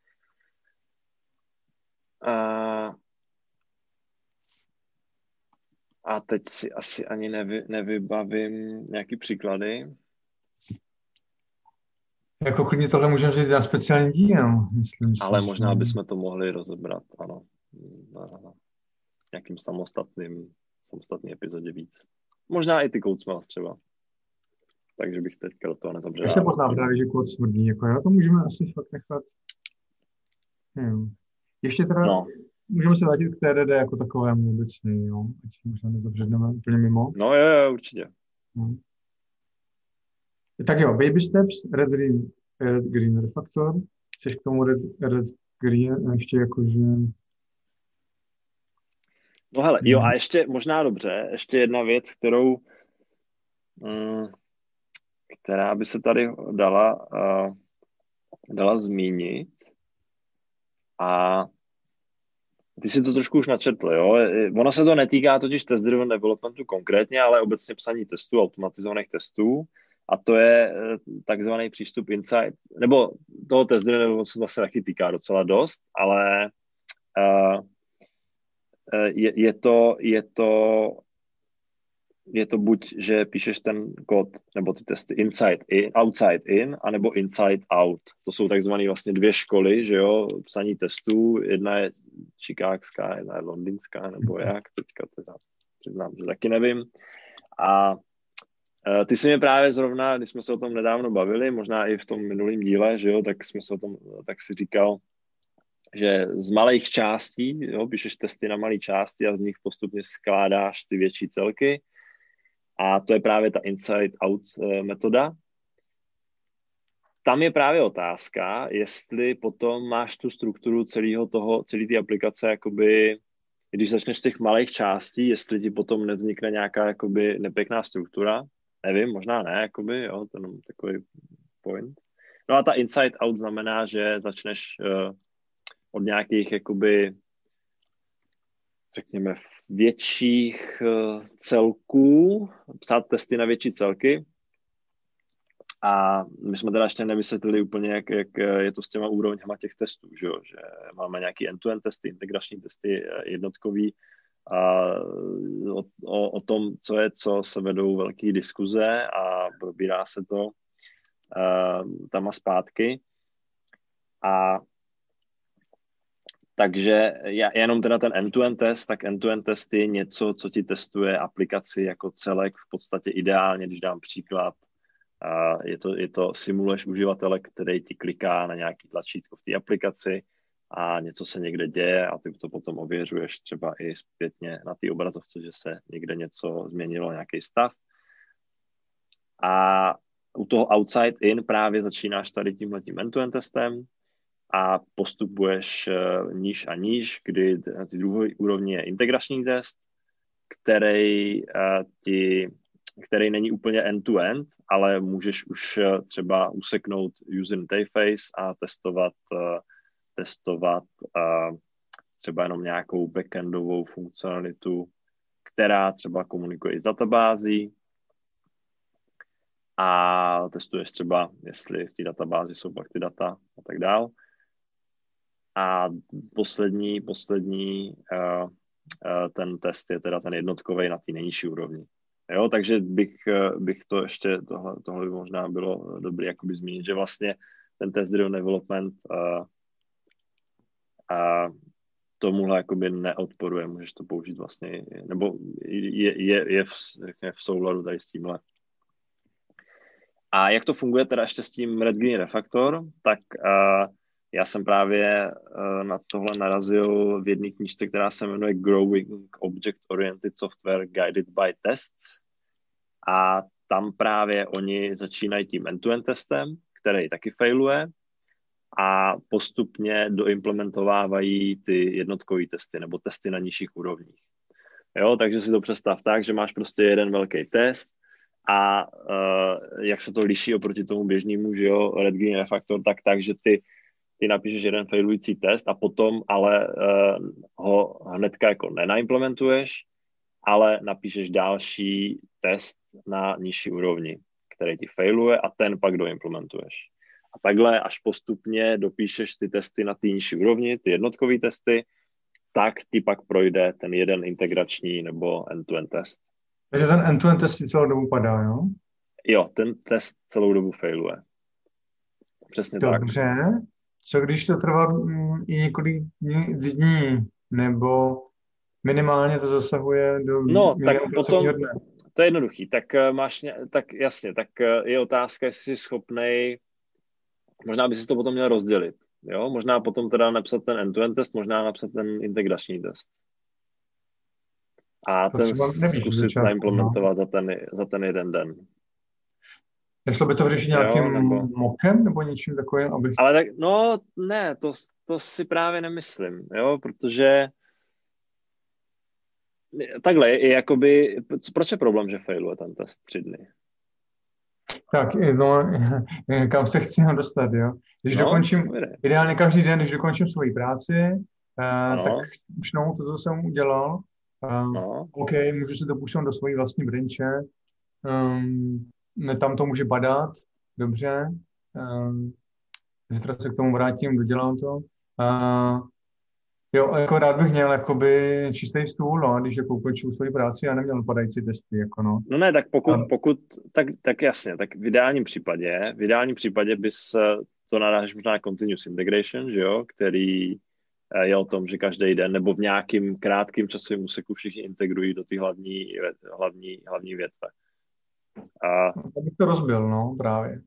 A: A teď si asi ani nevybavím nějaký příklady.
B: Jako klidně tohle můžeme říct na speciální díl, myslím.
A: Ale možná bychom to mohli rozebrat, ano. Na nějakým samostatný epizodě víc. Možná i ty code smells třeba. Takže bych teďka do toho nezabředával.
B: Ještě poznám právě, že kód smrdí. Jako já to můžeme asi fakt nechat. Ještě teda můžeme se vrátit k TDD jako takovému obecně, jo? Ať možná nezabředneme úplně mimo.
A: No jo, určitě.
B: Tak jo, baby steps, red, green, refaktor. Chceš k tomu red, green ještě jakože...
A: No hele, jo, a ještě možná dobře, ještě jedna věc, která by se tady dala zmínit. A ty si to trošku už načetl, jo? Ono se to netýká totiž test-driven developmentu konkrétně, ale obecně psaní testů, automatizovaných testů. A to je takzvaný přístup insight, nebo toho test-driven developmentu se vlastně taky týká docela dost, ale je to je to buď, že píšeš ten kód nebo ty testy inside in, outside in, anebo inside out. To jsou takzvané vlastně dvě školy, že jo, psaní testů. Jedna je čikákská, jedna je londýnská, nebo jak, teďka teda přiznám, že taky nevím. A ty jsi mě právě zrovna, když jsme se o tom nedávno bavili, možná i v tom minulém díle, že jo, tak si říkal, že z malých částí, jo, píšeš testy na malé části a z nich postupně skládáš ty větší celky. A to je právě ta inside-out metoda. Tam je právě otázka, jestli potom máš tu strukturu celé té aplikace, jakoby, když začneš z těch malých částí, jestli ti potom nevznikne nějaká jakoby nepěkná struktura. Nevím, možná ne, jakoby, jo, to je takový point. No a ta inside-out znamená, že začneš od nějakých, jakoby, řekněme, větších celků, psát testy na větší celky. A my jsme teda ještě nevysvětlili úplně, jak je to s těma úrovněma těch testů, že máme nějaký end-to-end testy, integrační testy, jednotkový. A o tom, co se vedou velké diskuze a probírá se to tam a zpátky. A takže jenom teda ten end-to-end test, tak end-to-end test je něco, co ti testuje aplikaci jako celek, v podstatě ideálně, když dám příklad, je to simuluješ uživatele, který ti kliká na nějaký tlačítko v té aplikaci a něco se někde děje a ty to potom ověřuješ třeba i zpětně na té obrazovce, že se někde něco změnilo, nějaký stav. A u toho outside in právě začínáš tady tímhletím end-to-end testem a postupuješ níž a níž, kdy na té druhé úrovni je integrační test, který není úplně end-to-end, ale můžeš už třeba useknout user interface a testovat třeba jenom nějakou backendovou funkcionalitu, která třeba komunikuje i s databází a testuješ třeba, jestli v té databázi jsou pak ty data a tak dál. A poslední ten test je teda ten jednotkový na té nejnižší úrovni. Jo, takže bych to ještě, tohle by možná bylo dobré jakoby zmínit, že vlastně ten test-driven development tomuhle jakoby neodporuje, můžeš to použít vlastně, nebo je v souladu tady s tímhle. A jak to funguje teda ještě s tím Red Green Refactor, tak já jsem právě na tohle narazil v jedné knížce, která se jmenuje Growing Object-Oriented Software Guided by Tests. A tam právě oni začínají tím end-to-end testem, který taky failuje a postupně doimplementovávají ty jednotkové testy nebo testy na nižších úrovních. Jo, takže si to představ tak, že máš prostě jeden velký test a jak se to liší oproti tomu běžnému, že jo, Red Green Refactor, takže ty napíšeš jeden failující test a potom ale ho hnedka jako nenaimplementuješ, ale napíšeš další test na nižší úrovni, který ti failuje a ten pak doimplementuješ. A takhle až postupně dopíšeš ty testy na té nižší úrovni, ty jednotkové testy, tak ti pak projde ten jeden integrační nebo end-to-end test.
B: Takže ten end-to-end test celou dobu padá, jo?
A: Jo, ten test celou dobu failuje. Přesně tak.
B: Dobře. Co když to trvá i několik dní, nebo minimálně to zasahuje do
A: tak potom
B: dne?
A: To je jednoduchý. Tak jasně, je otázka, jestli jsi schopnej, možná by si to potom měl rozdělit. Jo? Možná potom teda napsat ten end-to-end test, možná napsat ten integrační test. A to ten zkusit naimplementovat za ten jeden den.
B: Nešlo by to vyřešit nějakým mockem nebo něčím takovým?
A: Ale tak, ne, to si právě nemyslím, jo, protože takhle, je jakoby, proč je problém, že failuje ten test 3 dny?
B: Tak, kam se chci dostat, jo? Když dokončím, ideálně každý den, když dokončím svoji práci, tak už to, co jsem udělal, OK, můžu se dopuštět do svojí vlastní brinče, tam to může badat, dobře, zítra se k tomu vrátím, dodělám to. Jo, jako rád bych měl jakoby čistý stůl, no, když jako ukončil svoji práci a neměl padající testy, jako no.
A: No ne, tak
B: A,
A: pokud tak jasně, tak v ideálním případě bys to narážíš možná na continuous integration, že jo, který je o tom, že každý den nebo v nějakým krátkým časovém úseku všichni integrují do té hlavní větve. A
B: to bych to rozbil, no, právě.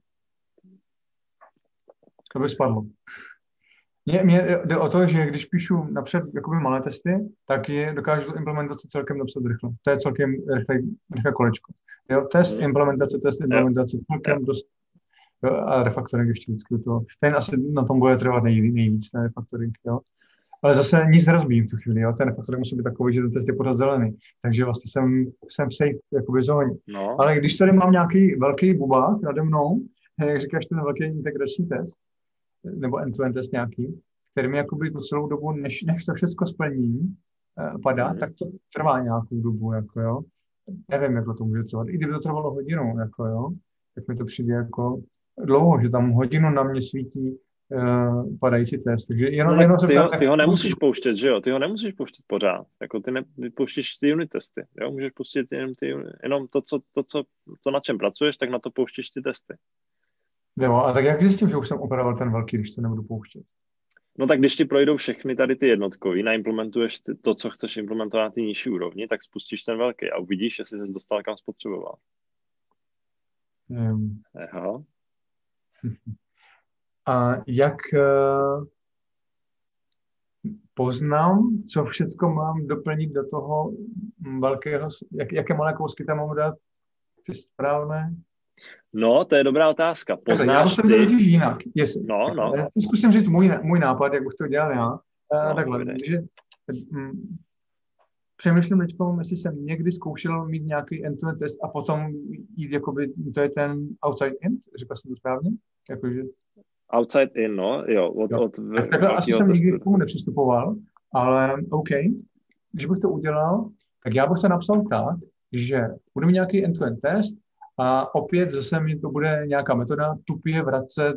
B: To by spadlo. Mně jde o to, že když píšu napřed jakoby malé testy, tak je dokážu implementaci celkem napsat rychle. To je celkem rychlé kolečko. Jo, test, implementace, celkem dost. Jo, a refactoring ještě vždycky u toho. Ten asi na tom bude trvat nejvíc, ten refactoring, jo. Ale zase nic nerozbíjím v tu chvíli, jo. Ten refactoring musí být takový, že ten test je pořád zelený. Takže vlastně jsem v safe jakoby zóně.
A: no,
B: Ale když tady mám nějaký velký bubák nade mnou, jak říkáš, ten velký integrační test, nebo end-to-end test nějaký, který mi jakoby tu celou dobu, než to všechno splní, padá, tak to trvá nějakou dobu, jako jo. Nevím, jak to může trvat. I kdyby to trvalo hodinu, jako jo, tak mi to přijde jako dlouho, že tam hodinu na mě svítí padající test. Takže jenom
A: ty ho nemusíš pouštět, že jo? Ty ho nemusíš pouštět pořád. Jako ty nepouštíš ty unit testy, jo? Můžeš pustit jenom to, na čem pracuješ, tak na to pouštíš ty testy.
B: Jo, a tak jak zjistím, že už jsem operoval ten velký, když to nebudu pouštět?
A: No tak když ti projdou všechny tady ty jednotkový, naimplementuješ to, co chceš implementovat na té nižší úrovni, tak spustíš ten velký a uvidíš, jestli ses dostal kam spotřeboval. Aha.
B: A jak poznám, co všecko mám doplnit do toho velkého, jaké malé kousky tam mám dát ty správné?
A: No, to je dobrá otázka.
B: Poznáš já to jsem to jinak.
A: No.
B: Já zkusím říct můj nápad, jak bych to dělal já. Takhle, že přemýšlím teď, jestli jsem někdy zkoušel mít nějaký end-to-end test a potom jít, jakoby, to je ten outside in, říkal jsem to správně? Jakože...
A: Outside in, no, jo.
B: Takhle asi jsem nikdy k tomu nepřistupoval, ale OK. Když bych to udělal, tak já bych se napsal tak, že budu mít nějaký end-to-end test a opět zase mi to bude nějaká metoda tupě vracet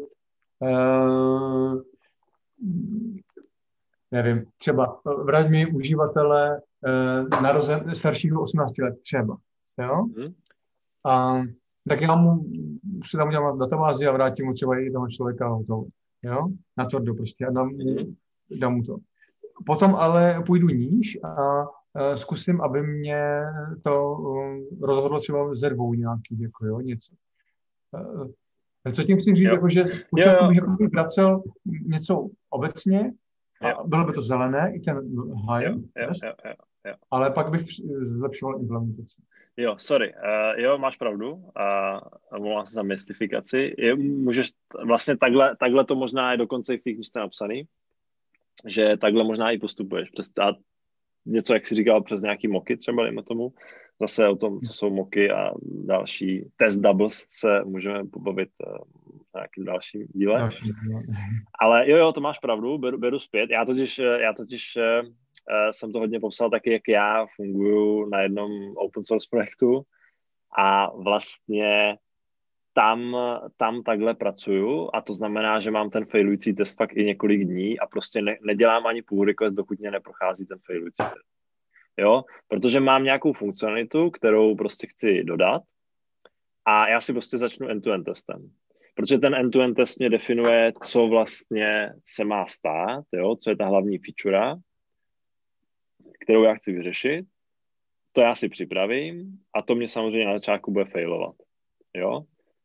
B: nevím, třeba vrať mi uživatele narozen staršího 18 let třeba, jo? A tak já mu si tam udělám databázi a vrátím mu třeba i toho člověka hotovo, jo? Na tvrdo prostě a dám mu to. Potom ale půjdu níž a zkusím, aby mě to rozhodlo třeba ze dvou nějakých, jako jo, něco. Co tím chci říct, jako, že už bych vracel něco obecně, a bylo by to zelené, i ten high, ale pak bych zlepšoval implementaci.
A: Jo, sorry. Jo, máš pravdu. Omlouvám se za mystifikaci. Můžeš vlastně takhle to možná je dokonce i v těch knižce napsaný, že takhle možná i postupuješ. Něco, jak jsi říkal, přes nějaký moky třeba, dejme tomu. Zase o tom, co jsou moky a další test doubles se můžeme pobavit v nějakým dalším díle. Ale jo, to máš pravdu, beru zpět. Já totiž jsem to hodně popsal taky, jak já funguju na jednom open source projektu a vlastně tam takhle pracuju a to znamená, že mám ten failující test fakt i několik dní a prostě nedělám ani pull request, dokud mě neprochází ten failující test. Jo, protože mám nějakou funkcionalitu, kterou prostě chci dodat a já si prostě začnu end-to-end testem. Protože ten end-to-end test mě definuje, co vlastně se má stát, jo, co je ta hlavní feature, kterou já chci vyřešit. To já si připravím a to mě samozřejmě na začátku bude failovat. Jo?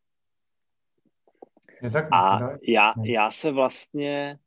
A: A já se vlastně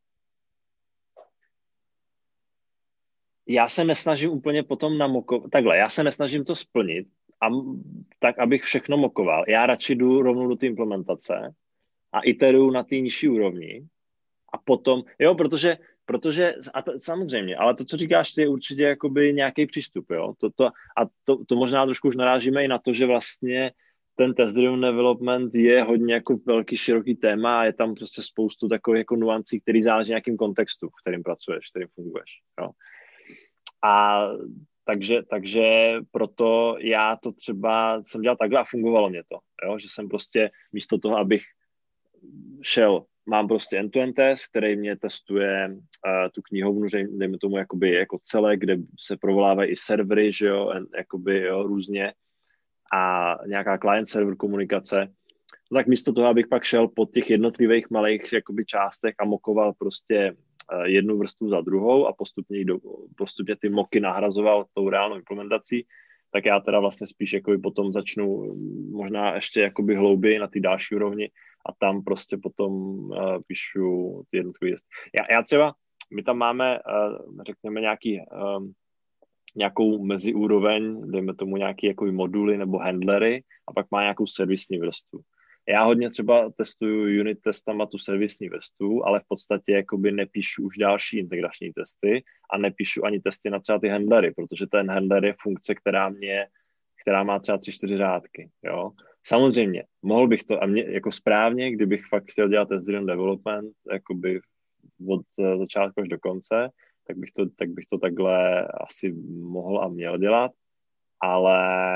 A: já se nesnažím úplně potom namokovat, takhle, já se nesnažím to splnit tak, abych všechno mokoval. Já radši jdu rovnou do té implementace a iteruju na té nižší úrovni a potom, jo, protože samozřejmě, ale to, co říkáš, je určitě jakoby nějaký přístup, jo. To možná trošku už narážíme i na to, že vlastně ten test-driven development je hodně jako velký, široký téma a je tam prostě spoustu takových jako nuancí, který záleží na nějakým kontextu, v kterým pracuješ, v kterým funguješ, jo. A takže proto já to třeba jsem dělal takhle a fungovalo mě to, jo? Že jsem prostě místo toho, abych šel mám prostě end-to-end test, který mě testuje tu knihovnu, dejme tomu jakoby jako celé, kde se provolávají i servery, že jo, jakoby jo, různě a nějaká client-server komunikace. No tak místo toho, abych pak šel po těch jednotlivých malých jakoby částech a mokoval prostě jednu vrstvu za druhou a postupně ty moky nahrazoval tou reálnou implementací, tak já teda vlastně spíš jakoby potom začnu možná ještě jakoby hlouběji na ty další úrovni a tam prostě potom píšu ty jednotlivé testy. Já třeba, my tam máme, řekněme, nějakou meziúroveň, dejme tomu nějaký jakoby moduly nebo handlery a pak má nějakou servisní vrstvu. Já hodně třeba testuju unit testama tu servisní vrstvu, ale v podstatě jakoby nepíšu už další integrační testy a nepíšu ani testy na třeba ty handlery, protože ten handler je funkce, která má třeba 3-4 řádky. Jo? Samozřejmě, mohl bych to, a mě jako správně, kdybych fakt chtěl dělat test-driven development, jakoby od začátku až do konce, tak bych to takhle asi mohl a měl dělat, ale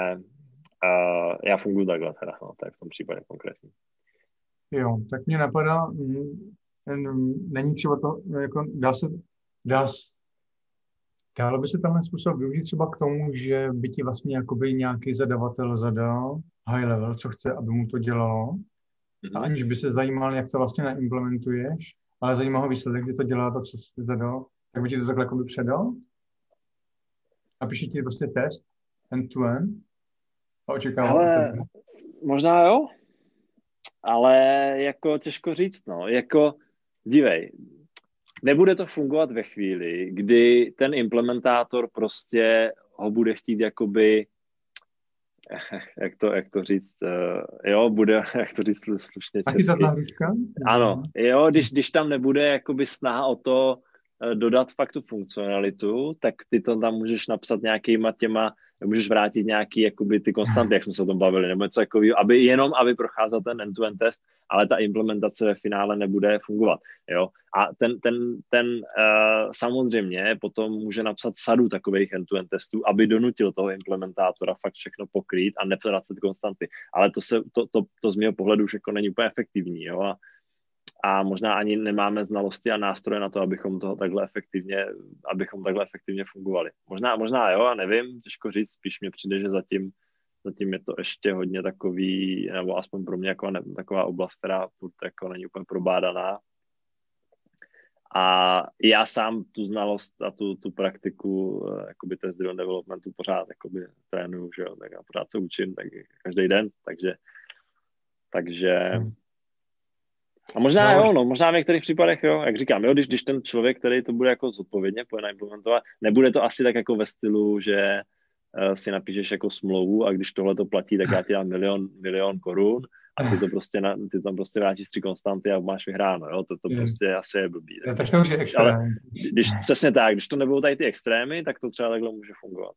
A: já funguji takhle teda, no, tak v tom případě konkrétně.
B: Jo, tak mě napadá, není třeba to, jako dalo by se tenhle způsob využít třeba k tomu, že by ti vlastně jakoby nějaký zadavatel zadal high level, co chce, aby mu to dělalo, a aniž by se zajímal, jak to vlastně naimplementuješ, ale zajímá ho výsledek, kdy to dělá to, co jsi zadal, tak by ti to takhle jakoby předal? Napíši ti prostě test end-to-end a očekávám.
A: Ale možná jo, ale jako těžko říct, no, jako dívej, nebude to fungovat ve chvíli, kdy ten implementátor prostě ho bude chtít jakoby, jak to říct, jo, bude, jak to říct slušně česky. Ano, jo, když tam nebude jakoby snaha o to dodat fakt tu funkcionalitu, tak ty to tam můžeš napsat nějakýma těma, můžeš vrátit nějaký jakoby ty konstanty, jak jsme se o tom bavili, nebo něco takového, aby procházel ten end-to-end test, ale ta implementace ve finále nebude fungovat, jo. A ten samozřejmě potom může napsat sadu takových end-to-end testů, aby donutil toho implementátora fakt všechno pokrýt a nepracovat konstanty. Ale to z mého pohledu už jako není úplně efektivní, jo. A možná ani nemáme znalosti a nástroje na to, abychom takhle efektivně fungovali. Možná jo, a nevím, těžko říct, spíš mě přijde, že zatím je to ještě hodně takový, nebo aspoň pro mě jako taková oblast, která jako není úplně probádaná. A já sám tu znalost a tu praktiku jakoby test-driven developmentu pořád jakoby trénuju, že jo, tak já pořád se učím, tak každý den, takže a možná jo, no, možná v některých případech jo, jak říkám, jo, když ten člověk, který to bude jako zodpovědně implementovat, nebude to asi tak jako ve stylu, že si napíšeš jako smlouvu a když tohle to platí, tak já ti dám milion korun a ty tam prostě vrátíš 3 konstanty a máš vyhráno, jo, to prostě asi je blbý.
B: Tak to už je extrém.
A: Ale přesně tak, když to nebudou tady ty extrémy, tak to třeba takhle může fungovat.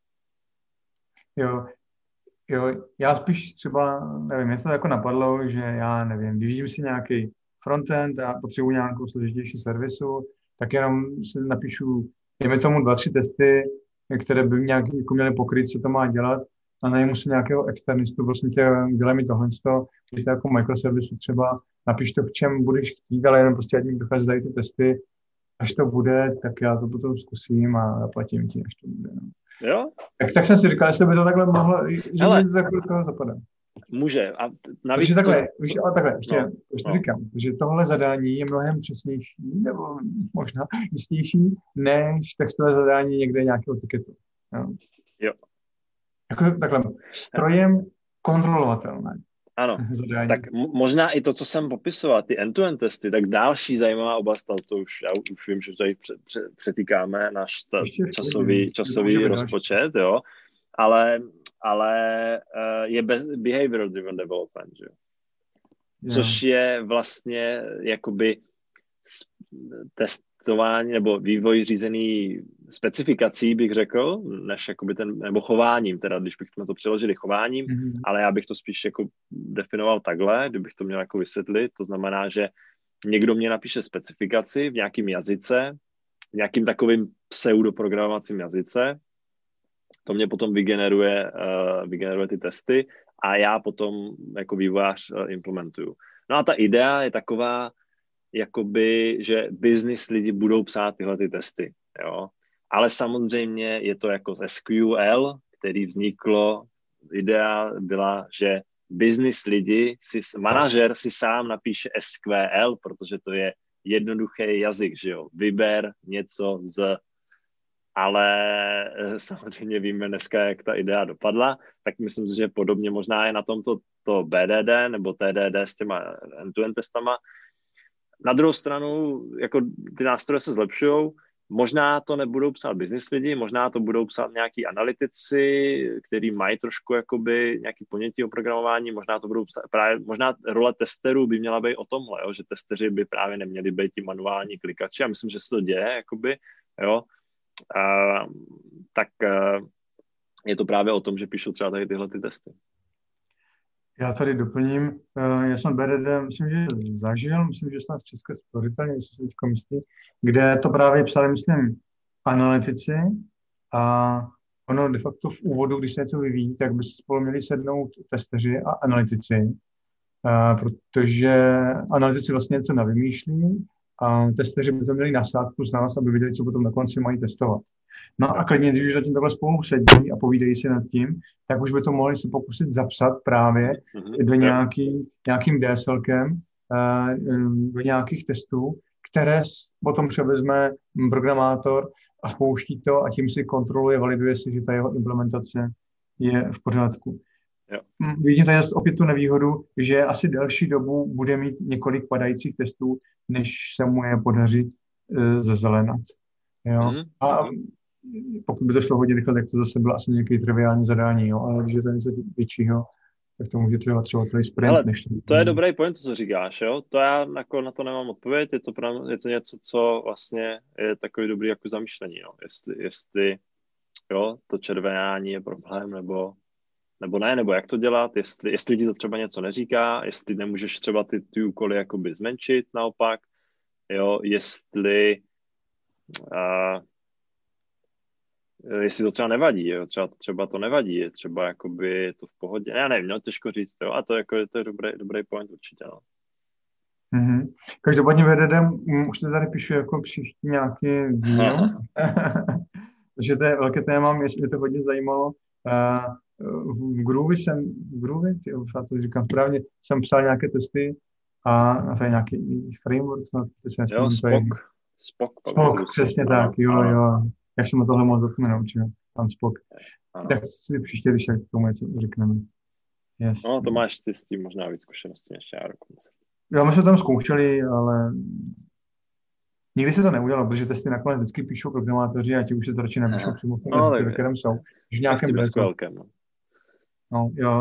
B: Jo, já spíš třeba, nevím, mě to jako napadlo, že já nevím, vyvíjím si nějaký frontend a potřebuji nějakou složitější servisu, tak jenom si napíšu, dejme tomu 2-3 testy, které by nějak jako měly pokryt, co to má dělat, a najmu si nějakého externistu, prostě dělej mi tohle, když to jako microservisu třeba, napiš to, v čem budeš chtít, ale jenom prostě ať mi dochází ty testy, až to bude, tak já to potom zkusím a zaplatím ti, až to bude. No.
A: Jo?
B: Tak jsem si říkal, jestli by to takhle mohlo, že mi to jako toho zapadá.
A: Může. A navíc
B: ještě říkám, že tohle zadání je mnohem přesnější, nebo možná jistější, než textové zadání někde nějakého tiketu.
A: Jo.
B: Jako takhle, strojem kontrolovatelné.
A: Ano, zadání. Tak možná i to, co jsem popisoval, ty end-to-end testy, tak další zajímavá oblast, já už vím, že tady přetýkáme náš časový rozpočet, jo, ale je behavioral driven development, že? Což je vlastně jakoby testování nebo vývoj řízený specifikací, bych řekl, než jakoby nebo chováním, teda když bychom to přeložili chováním, ale já bych to spíš jako definoval takhle, kdybych to měl jako vysvětlit, to znamená, že někdo mě napíše specifikaci v nějakém jazyce, v nějakým takovým pseudoprogramovacím jazyce, to mě potom vygeneruje ty testy a já potom jako vývojář implementuju. No a ta idea je taková, jakoby, že business lidi budou psát tyhle ty testy, jo. Ale samozřejmě je to jako z SQL, který vzniklo, idea byla, že business lidi, manažer si sám napíše SQL, protože to je jednoduchý jazyk, že jo. Vyber něco ale samozřejmě víme dneska, jak ta idea dopadla, tak myslím si, že podobně možná je na tomto to BDD nebo TDD s těma end-to-end testama. Na druhou stranu, jako ty nástroje se zlepšujou, možná to nebudou psát business lidi, možná to budou psát nějaký analytici, kteří mají trošku jakoby nějaký ponětí o programování, možná to budou psát, právě, možná role testerů by měla být o tomhle, jo, že testeři by právě neměli být ti manuální klikači, a myslím, že se to děje, jakoby, jo, tak je to právě o tom, že píšou třeba tady tyhle ty testy.
B: Já tady doplním, já jsem BDD, myslím, že zažil, myslím, že snad v České spořitelně, jestli se teďko myslí, kde to právě psali, myslím, analytici a ono de facto v úvodu, když se něco vyvíjí, tak by se spolu měli sednout testeři a analytici, protože analytici vlastně něco navymýšlí a testeři by to měli nasádku z nás, aby viděli, co potom na konci mají testovat. No a klidně, když už zatím takhle spolu sedí a povídají si nad tím, tak už by to mohli se pokusit zapsat právě do nějakým DSLkem, do nějakých testů, které potom převezme programátor a spouští to a tím si kontroluje, validuje si, že ta jeho implementace je v pořádku. Vidím tady opět tu nevýhodu, že asi delší dobu bude mít několik padajících testů, než se mu je podaří zezelenat. Jo? A pokud by to šlo hodně rychle, tak to zase bylo asi nějaké triviální zadání, jo? Ale když je to něco většího, tak to může třeba celý sprint.
A: Ale to je dobrý point, co říkáš, jo? To já jako na to nemám odpověď, je to něco, co vlastně je takový dobrý jako zamýšlení, jo? Jestli jo, to červenání je problém, nebo ne, nebo jak to dělat, jestli ti to třeba něco neříká, jestli nemůžeš třeba ty úkoly jakoby zmenšit naopak, jo, jestli to třeba nevadí, jo, třeba to nevadí, je třeba jakoby to v pohodě, já nevím, no, těžko říct, jo, a to je dobrý point určitě, no.
B: Mm-hmm. Každopádně VDD, už to tady píšu jako příští nějaký díl, takže to je velké téma, mě to hodně zajímalo. V Groovy, to říkám správně, jsem psal nějaké testy a to je nějaký framework, snad.
A: Jo, Spock,
B: přesně tak, jo. Jak jsem na tohle moc zapomenout, pan Spock. Tak si příště, když tak tomu něco řekneme. Yes.
A: No, to máš ty s tím možná víc zkušeností než já dokonce.
B: Jo, my jsme tam zkoušeli, ale nikdy se to neudělalo, protože testy nakonec vždycky píšou programátoři a ti už se to radši napíšou přímo v tom jazyce, ve kterém jsou. V nějakém
A: SQLkem, no.
B: No, jo.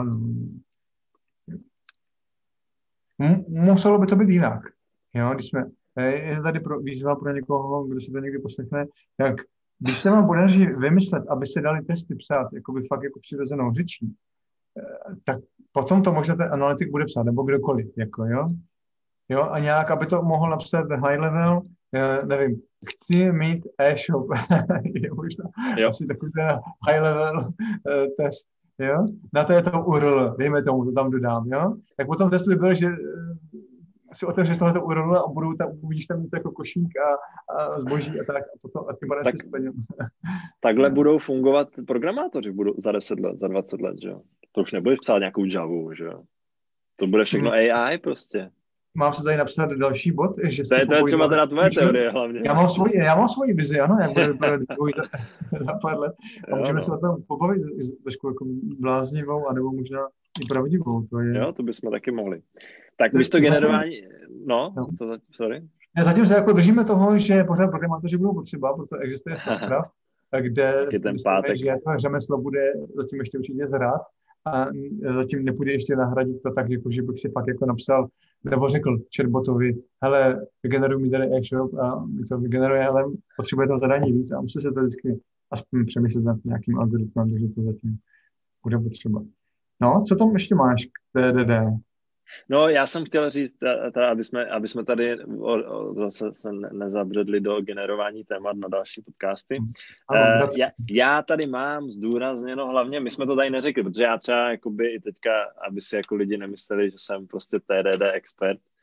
B: Muselo by to být jinak. Jo, je tady výzva pro někoho, kdo se to někdy poslechne, jak když se vám podaří vymyslet, aby se dali testy psát jakoby fakt jako přirozenou řečí, tak potom to možná ten analytik bude psát, nebo kdokoliv, jako jo, a nějak, aby to mohl napsat high level, nevím, chci mít e-shop, je možná asi takový ten high level test, jo, na to je to URL, dejme tomu, to tam dodám, jo, tak potom test by byl, že si otevřeš tohleto URL a uvidíš tam něco jako košík a zboží a tak a potom a ty budeš si splnil.
A: Takhle budou fungovat programátoři za 10 let, za 20 let, že jo. To už nebudeš psát nějakou Javu, že jo. To bude všechno AI prostě.
B: Mám se tady napsat další bod, že
A: to je třeba teda tvoje teorie hlavně.
B: Já mám svoji vizi, ano, jak bude vypadat za pár let. A můžeme se o tom pobavit trošku jako bláznivou, anebo možná i pravdivou.
A: Jo, to bychom taky mohli. Tak místo generování, sorry.
B: Zatím se jako držíme toho, že pořád programátoři budou potřeba, protože existuje Softcraft, kde že to řemeslo bude zatím ještě určitě zrát a zatím nepůjde ještě nahradit to tak, že bych si pak jako napsal, nebo řekl chatbotovi, hele, vygeneruj mi tady e-shop a to vygeneruje, ale potřebuje to zadání víc a musí se to vždycky aspoň přemýšlet nad nějakým algoritmem, takže to zatím bude potřeba. No, co tam ještě máš k TDD?
A: No, já jsem chtěl říct, aby jsme tady zase se nezabředli do generování témat na další podcasty. Já tady mám zdůrazněno hlavně, my jsme to tady neřekli, protože já třeba jakoby i teďka, aby si jako lidi nemysleli, že jsem prostě TDD expert,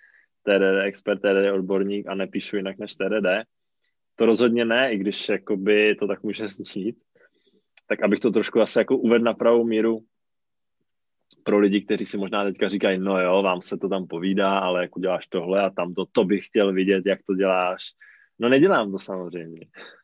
A: TDD expert, TDD odborník a nepíšu jinak než TDD. To rozhodně ne, i když jakoby to tak může znít. Tak abych to trošku asi jako uvedl na pravou míru pro lidi, kteří si možná teďka říkají, no jo, vám se to tam povídá, ale jak uděláš tohle a tamto, to bych chtěl vidět, jak to děláš. No nedělám to samozřejmě.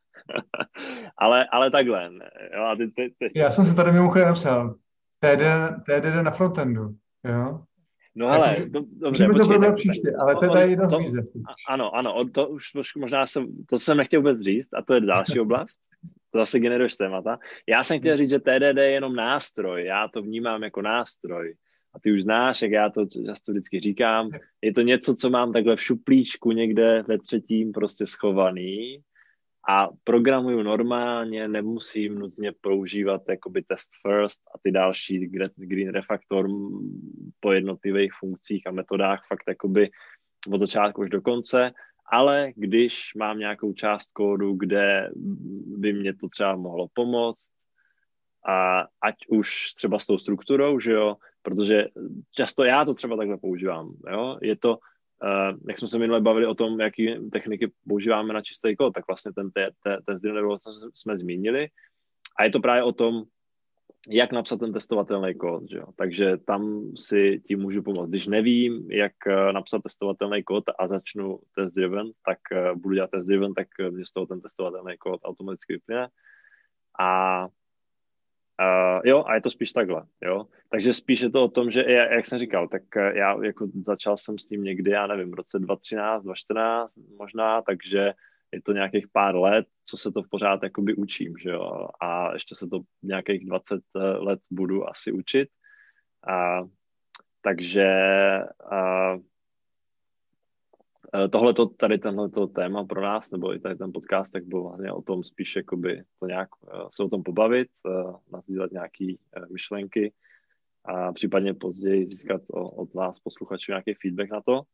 A: ale takhle. Ne. Jo, a
B: Já jsem se tady mimochodem napsal. TDD na frontendu. Jo?
A: No hele, dobře,
B: můžeme to
A: počkej.
B: probrat příště, ale to je jedna z výzev.
A: Ano, to už trošku možná to jsem nechtěl vůbec říct, a to je další oblast. To zase generuješ témata. Já jsem chtěl říct, že TDD je jenom nástroj, já to vnímám jako nástroj. A ty už znáš, jak já to často vždycky říkám, je to něco, co mám takhle v šuplíčku někde ve třetím prostě schovaný a programuju normálně, nemusím nutně používat jakoby test first a ty další green refactor po jednotlivých funkcích a metodách fakt jakoby od začátku až do konce, ale když mám nějakou část kódu, kde by mě to třeba mohlo pomoct, a ať už třeba s tou strukturou, že jo, protože často já to třeba takhle používám, jo, je to, jak jsme se minule bavili o tom, jaký techniky používáme na čistý kód, tak vlastně ten test jsme zmínili a je to právě o tom, jak napsat ten testovatelný kód, že jo? Takže tam si tím můžu pomoct. Když nevím, jak napsat testovatelný kód a začnu test driven, tak budu dělat test driven, tak mě z toho ten testovatelný kód automaticky vyplyne. A jo, a je to spíš takhle, jo. Takže spíš je to o tom, že jak jsem říkal, tak já jako začal jsem s tím někdy, já nevím, v roce 2013, 2014 možná, takže je to nějakých pár let, co se to v pořád jakoby učím, že jo, a ještě se to nějakých 20 let budu asi učit. Takže tenhleto téma pro nás, nebo i tady ten podcast, tak byl vlastně o tom spíš jakoby to nějak se o tom pobavit, nasdílet nějaký myšlenky a případně později získat od vás posluchačů nějaký feedback na to.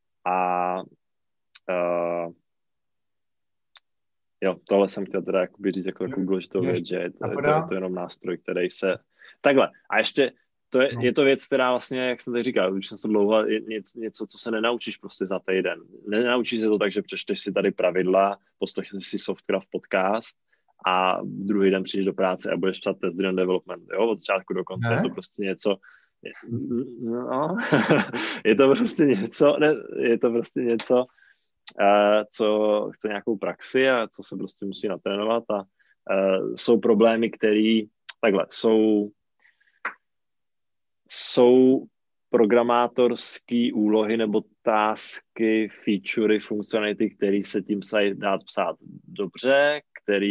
A: Jo, tohle jsem chtěl teda jakoby říct jako takovou důležitou věc, že je to jenom nástroj, který se... Takhle, a ještě je to věc, která vlastně, jak jsem tady říkal, už jsem to dlouho, je něco, co se nenaučíš prostě za týden. Nenaučíš se to tak, že přečteš si tady pravidla, poslechneš si Softcraft podcast a druhý den přijdeš do práce a budeš psát test driven development, jo, od začátku do konce. Je to prostě něco... No, je to prostě něco, co chce nějakou praxi a co se prostě musí natrénovat a jsou problémy, které takhle jsou programátorské úlohy nebo tasky, featurey, funkcionality, které se tím se dát psát dobře,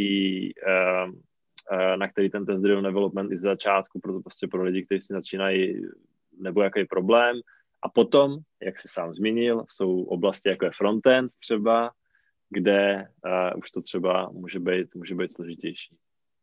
A: na který ten test driven development i z začátku, proto prostě pro lidi, kteří si začínají, nebo jaký problém. A potom, jak jsi sám zmínil, jsou oblasti, jako je frontend třeba, kde už to třeba může být složitější.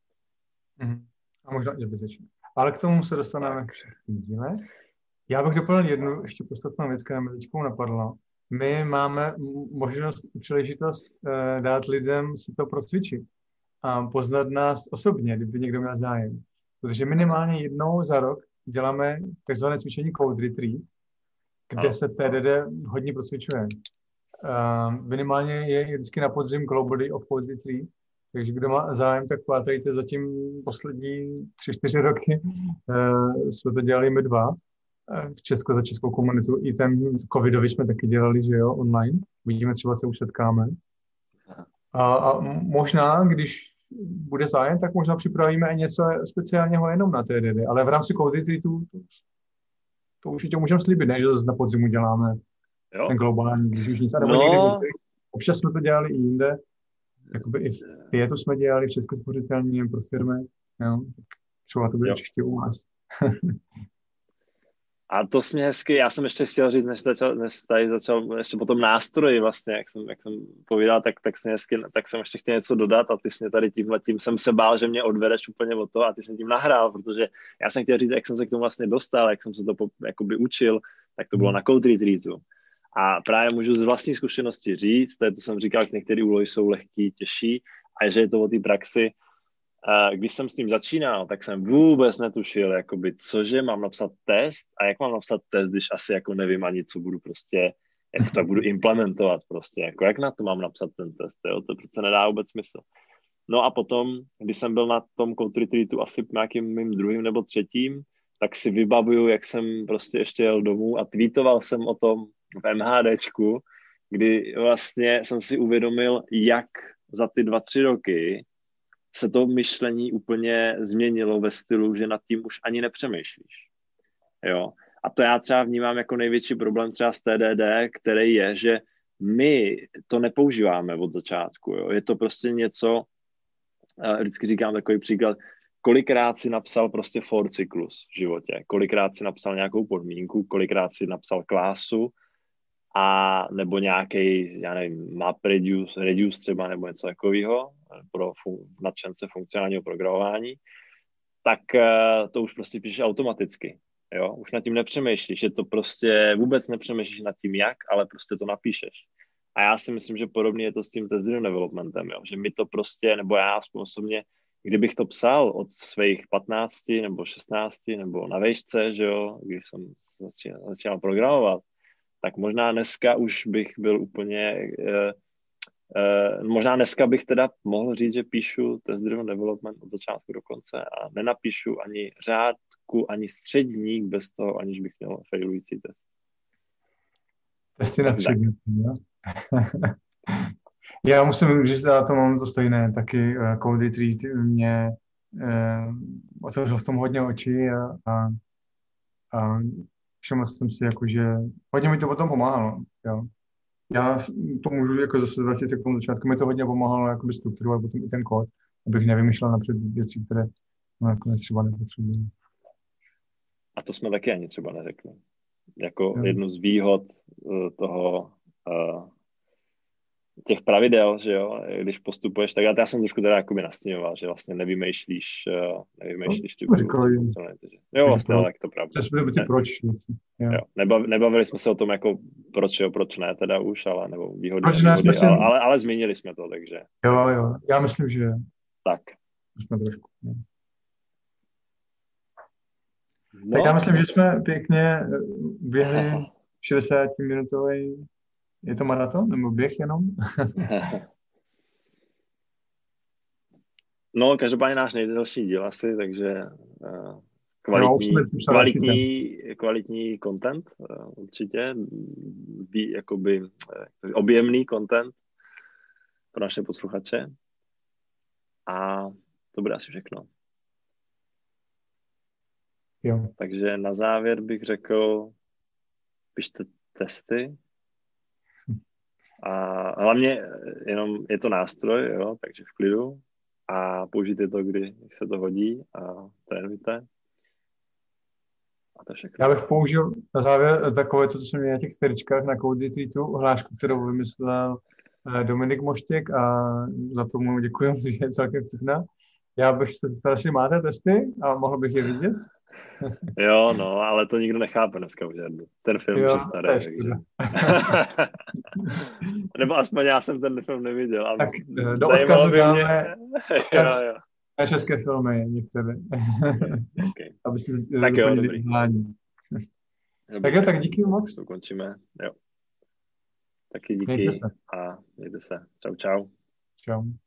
B: A možná i zbytečné. Ale k tomu se dostaneme k všechny díle. Já bych doplnil jednu ještě podstatnou věc, která mi teďkou napadla. My máme možnost, příležitost dát lidem si to procvičit a poznat nás osobně, kdyby někdo měl zájem. Protože minimálně jednou za rok děláme takzvané cvičení Code Retreat, kde se TDD hodně procvičuje. Minimálně je vždycky na podzim Global Day of Code Retreat, takže kdo má zájem, tak pátrejte, zatím poslední 3-4 roky jsme to dělali my dva v Česku za českou komunitu. I ten covidový jsme taky dělali, že jo, online. Vidíme, třeba se už setkáme. A možná, když bude zájem, tak možná připravíme i něco speciálního jenom na TDD, ale v rámci Code Retreatu to určitě můžeme slíbit, ne, že zase na podzimu děláme ten globální, když už nic. A nebo někdy, občas jsme to dělali i jinde, jakoby i v Tietu jsme dělali v Česku spořitelně pro firmy, jo, třeba to bude příště u vás.
A: A to mě hezky, já jsem ještě chtěl říct, než tady začal ještě po tom nástroji vlastně, jak jsem povídal, tak jsem ještě chtěl něco dodat a ty jsi mě tady tím jsem se bál, že mě odvedeš úplně od toho a ty jsi mě tím nahrál, protože já jsem chtěl říct, jak jsem se k tomu vlastně dostal, jak jsem se to jakoby učil, tak to bylo na Code Retreatu. A právě můžu z vlastní zkušenosti říct, to jsem říkal, že některé úlohy jsou lehký, těžší a že je to o té praxi. Když jsem s tím začínal, tak jsem vůbec netušil, jakoby, cože mám napsat test a jak mám napsat test, když asi jako nevím ani, co budu prostě Jak to budu implementovat prostě, jako jak na to mám napsat ten test, jo? To přece nedá vůbec smysl. No a potom, když jsem byl na tom Code Retreatu asi nějakým mým druhým nebo třetím, tak si vybavuju, jak jsem prostě ještě jel domů a tweetoval jsem o tom v MHDčku, kdy vlastně jsem si uvědomil, jak za ty 2-3 roky se to myšlení úplně změnilo ve stylu, že nad tím už ani nepřemýšlíš. Jo. A to já třeba vnímám jako největší problém třeba z TDD, který je, že my to nepoužíváme od začátku. Jo. Je to prostě něco, vždycky říkám takový příklad, kolikrát si napsal prostě for cyklus v životě, kolikrát si napsal nějakou podmínku, kolikrát si napsal klásu a nebo nějaký, já nevím, map reduce třeba nebo něco takového pro nadšence funkcionálního programování, tak to už prostě píšeš automaticky. Jo? Už nad tím nepřemýšlíš, je to prostě, vůbec nepřemýšlíš nad tím jak, ale prostě to napíšeš. A já si myslím, že podobně je to s tím test-driven developmentem, jo? Že mi to prostě, nebo já osobně, kdybych to psal od svých 15 nebo 16 nebo na vejšce, že jo, když jsem začínal programovat, tak možná dneska už bych byl úplně, možná dneska bych teda mohl říct, že píšu test-driven development od začátku do konce a nenapíšu ani řádku, ani středník bez toho, aniž bych měl failující test.
B: Testy na středník, jo? Já musím říct, že já to mám to stejné, taky Code Retreat mě otevřel v tom hodně očí a všiml jsem si, jako, že hodně mi to potom pomáhalo. Jo. Já to můžu jako zase vrátit se k tomu začátku, mi to hodně pomáhalo jakoby strukturovat potom i ten kód, abych nevymýšlel napřed věci, které nakonec třeba nepotřebuji.
A: A to jsme taky ani třeba neřekli. Jako jednu z výhod toho těch pravidel, že jo, když postupuješ, tak já jsem trošku teda jakoby nastěňoval, že vlastně nevymýšlíš ty funkcionality. Jo, vlastně, ale tak to pravda.
B: Proč?
A: Jo. Nebavili jsme se o tom, jako proč ne teda už, ale nebo výhody, ale zmínili jsme to, takže.
B: Jo, já myslím, že
A: tak.
B: Jsme trošku. No. Tak já myslím, že jsme pěkně běhli 60-minutový. Je to maraton nebo běh jenom?
A: No, každopádně náš nejdelší díl asi, takže kvalitní content, určitě, jakoby objemný content pro naše posluchače. A to bude asi všechno.
B: Jo.
A: Takže na závěr bych řekl, pište testy, a hlavně jenom je to nástroj, jo, takže v klidu a použijte to, když se to hodí a trénujte. A to všechno.
B: Já bych použil na závěr takové to, co jsem měl na těch sterčkách na Code Retreatu, hlášku, kterou vymyslel Dominik Moštěk a za to mu děkuji, že je celkem vtipná. Já bych se ptal, jestli máte testy a mohl bych je vidět.
A: Jo, no, ale to nikdo nechápe dneska už žádný. Ten film je starý, takže. Nebo aspoň já jsem ten film neviděl. Ale
B: tak do odkazu dáme
A: na
B: české filmy některé.
A: Okay.
B: Aby si
A: tak jo, dobrý.
B: Tak jo, tak díky moc.
A: To končíme, jo. Taky díky a mějte se. Čau.
B: Čau.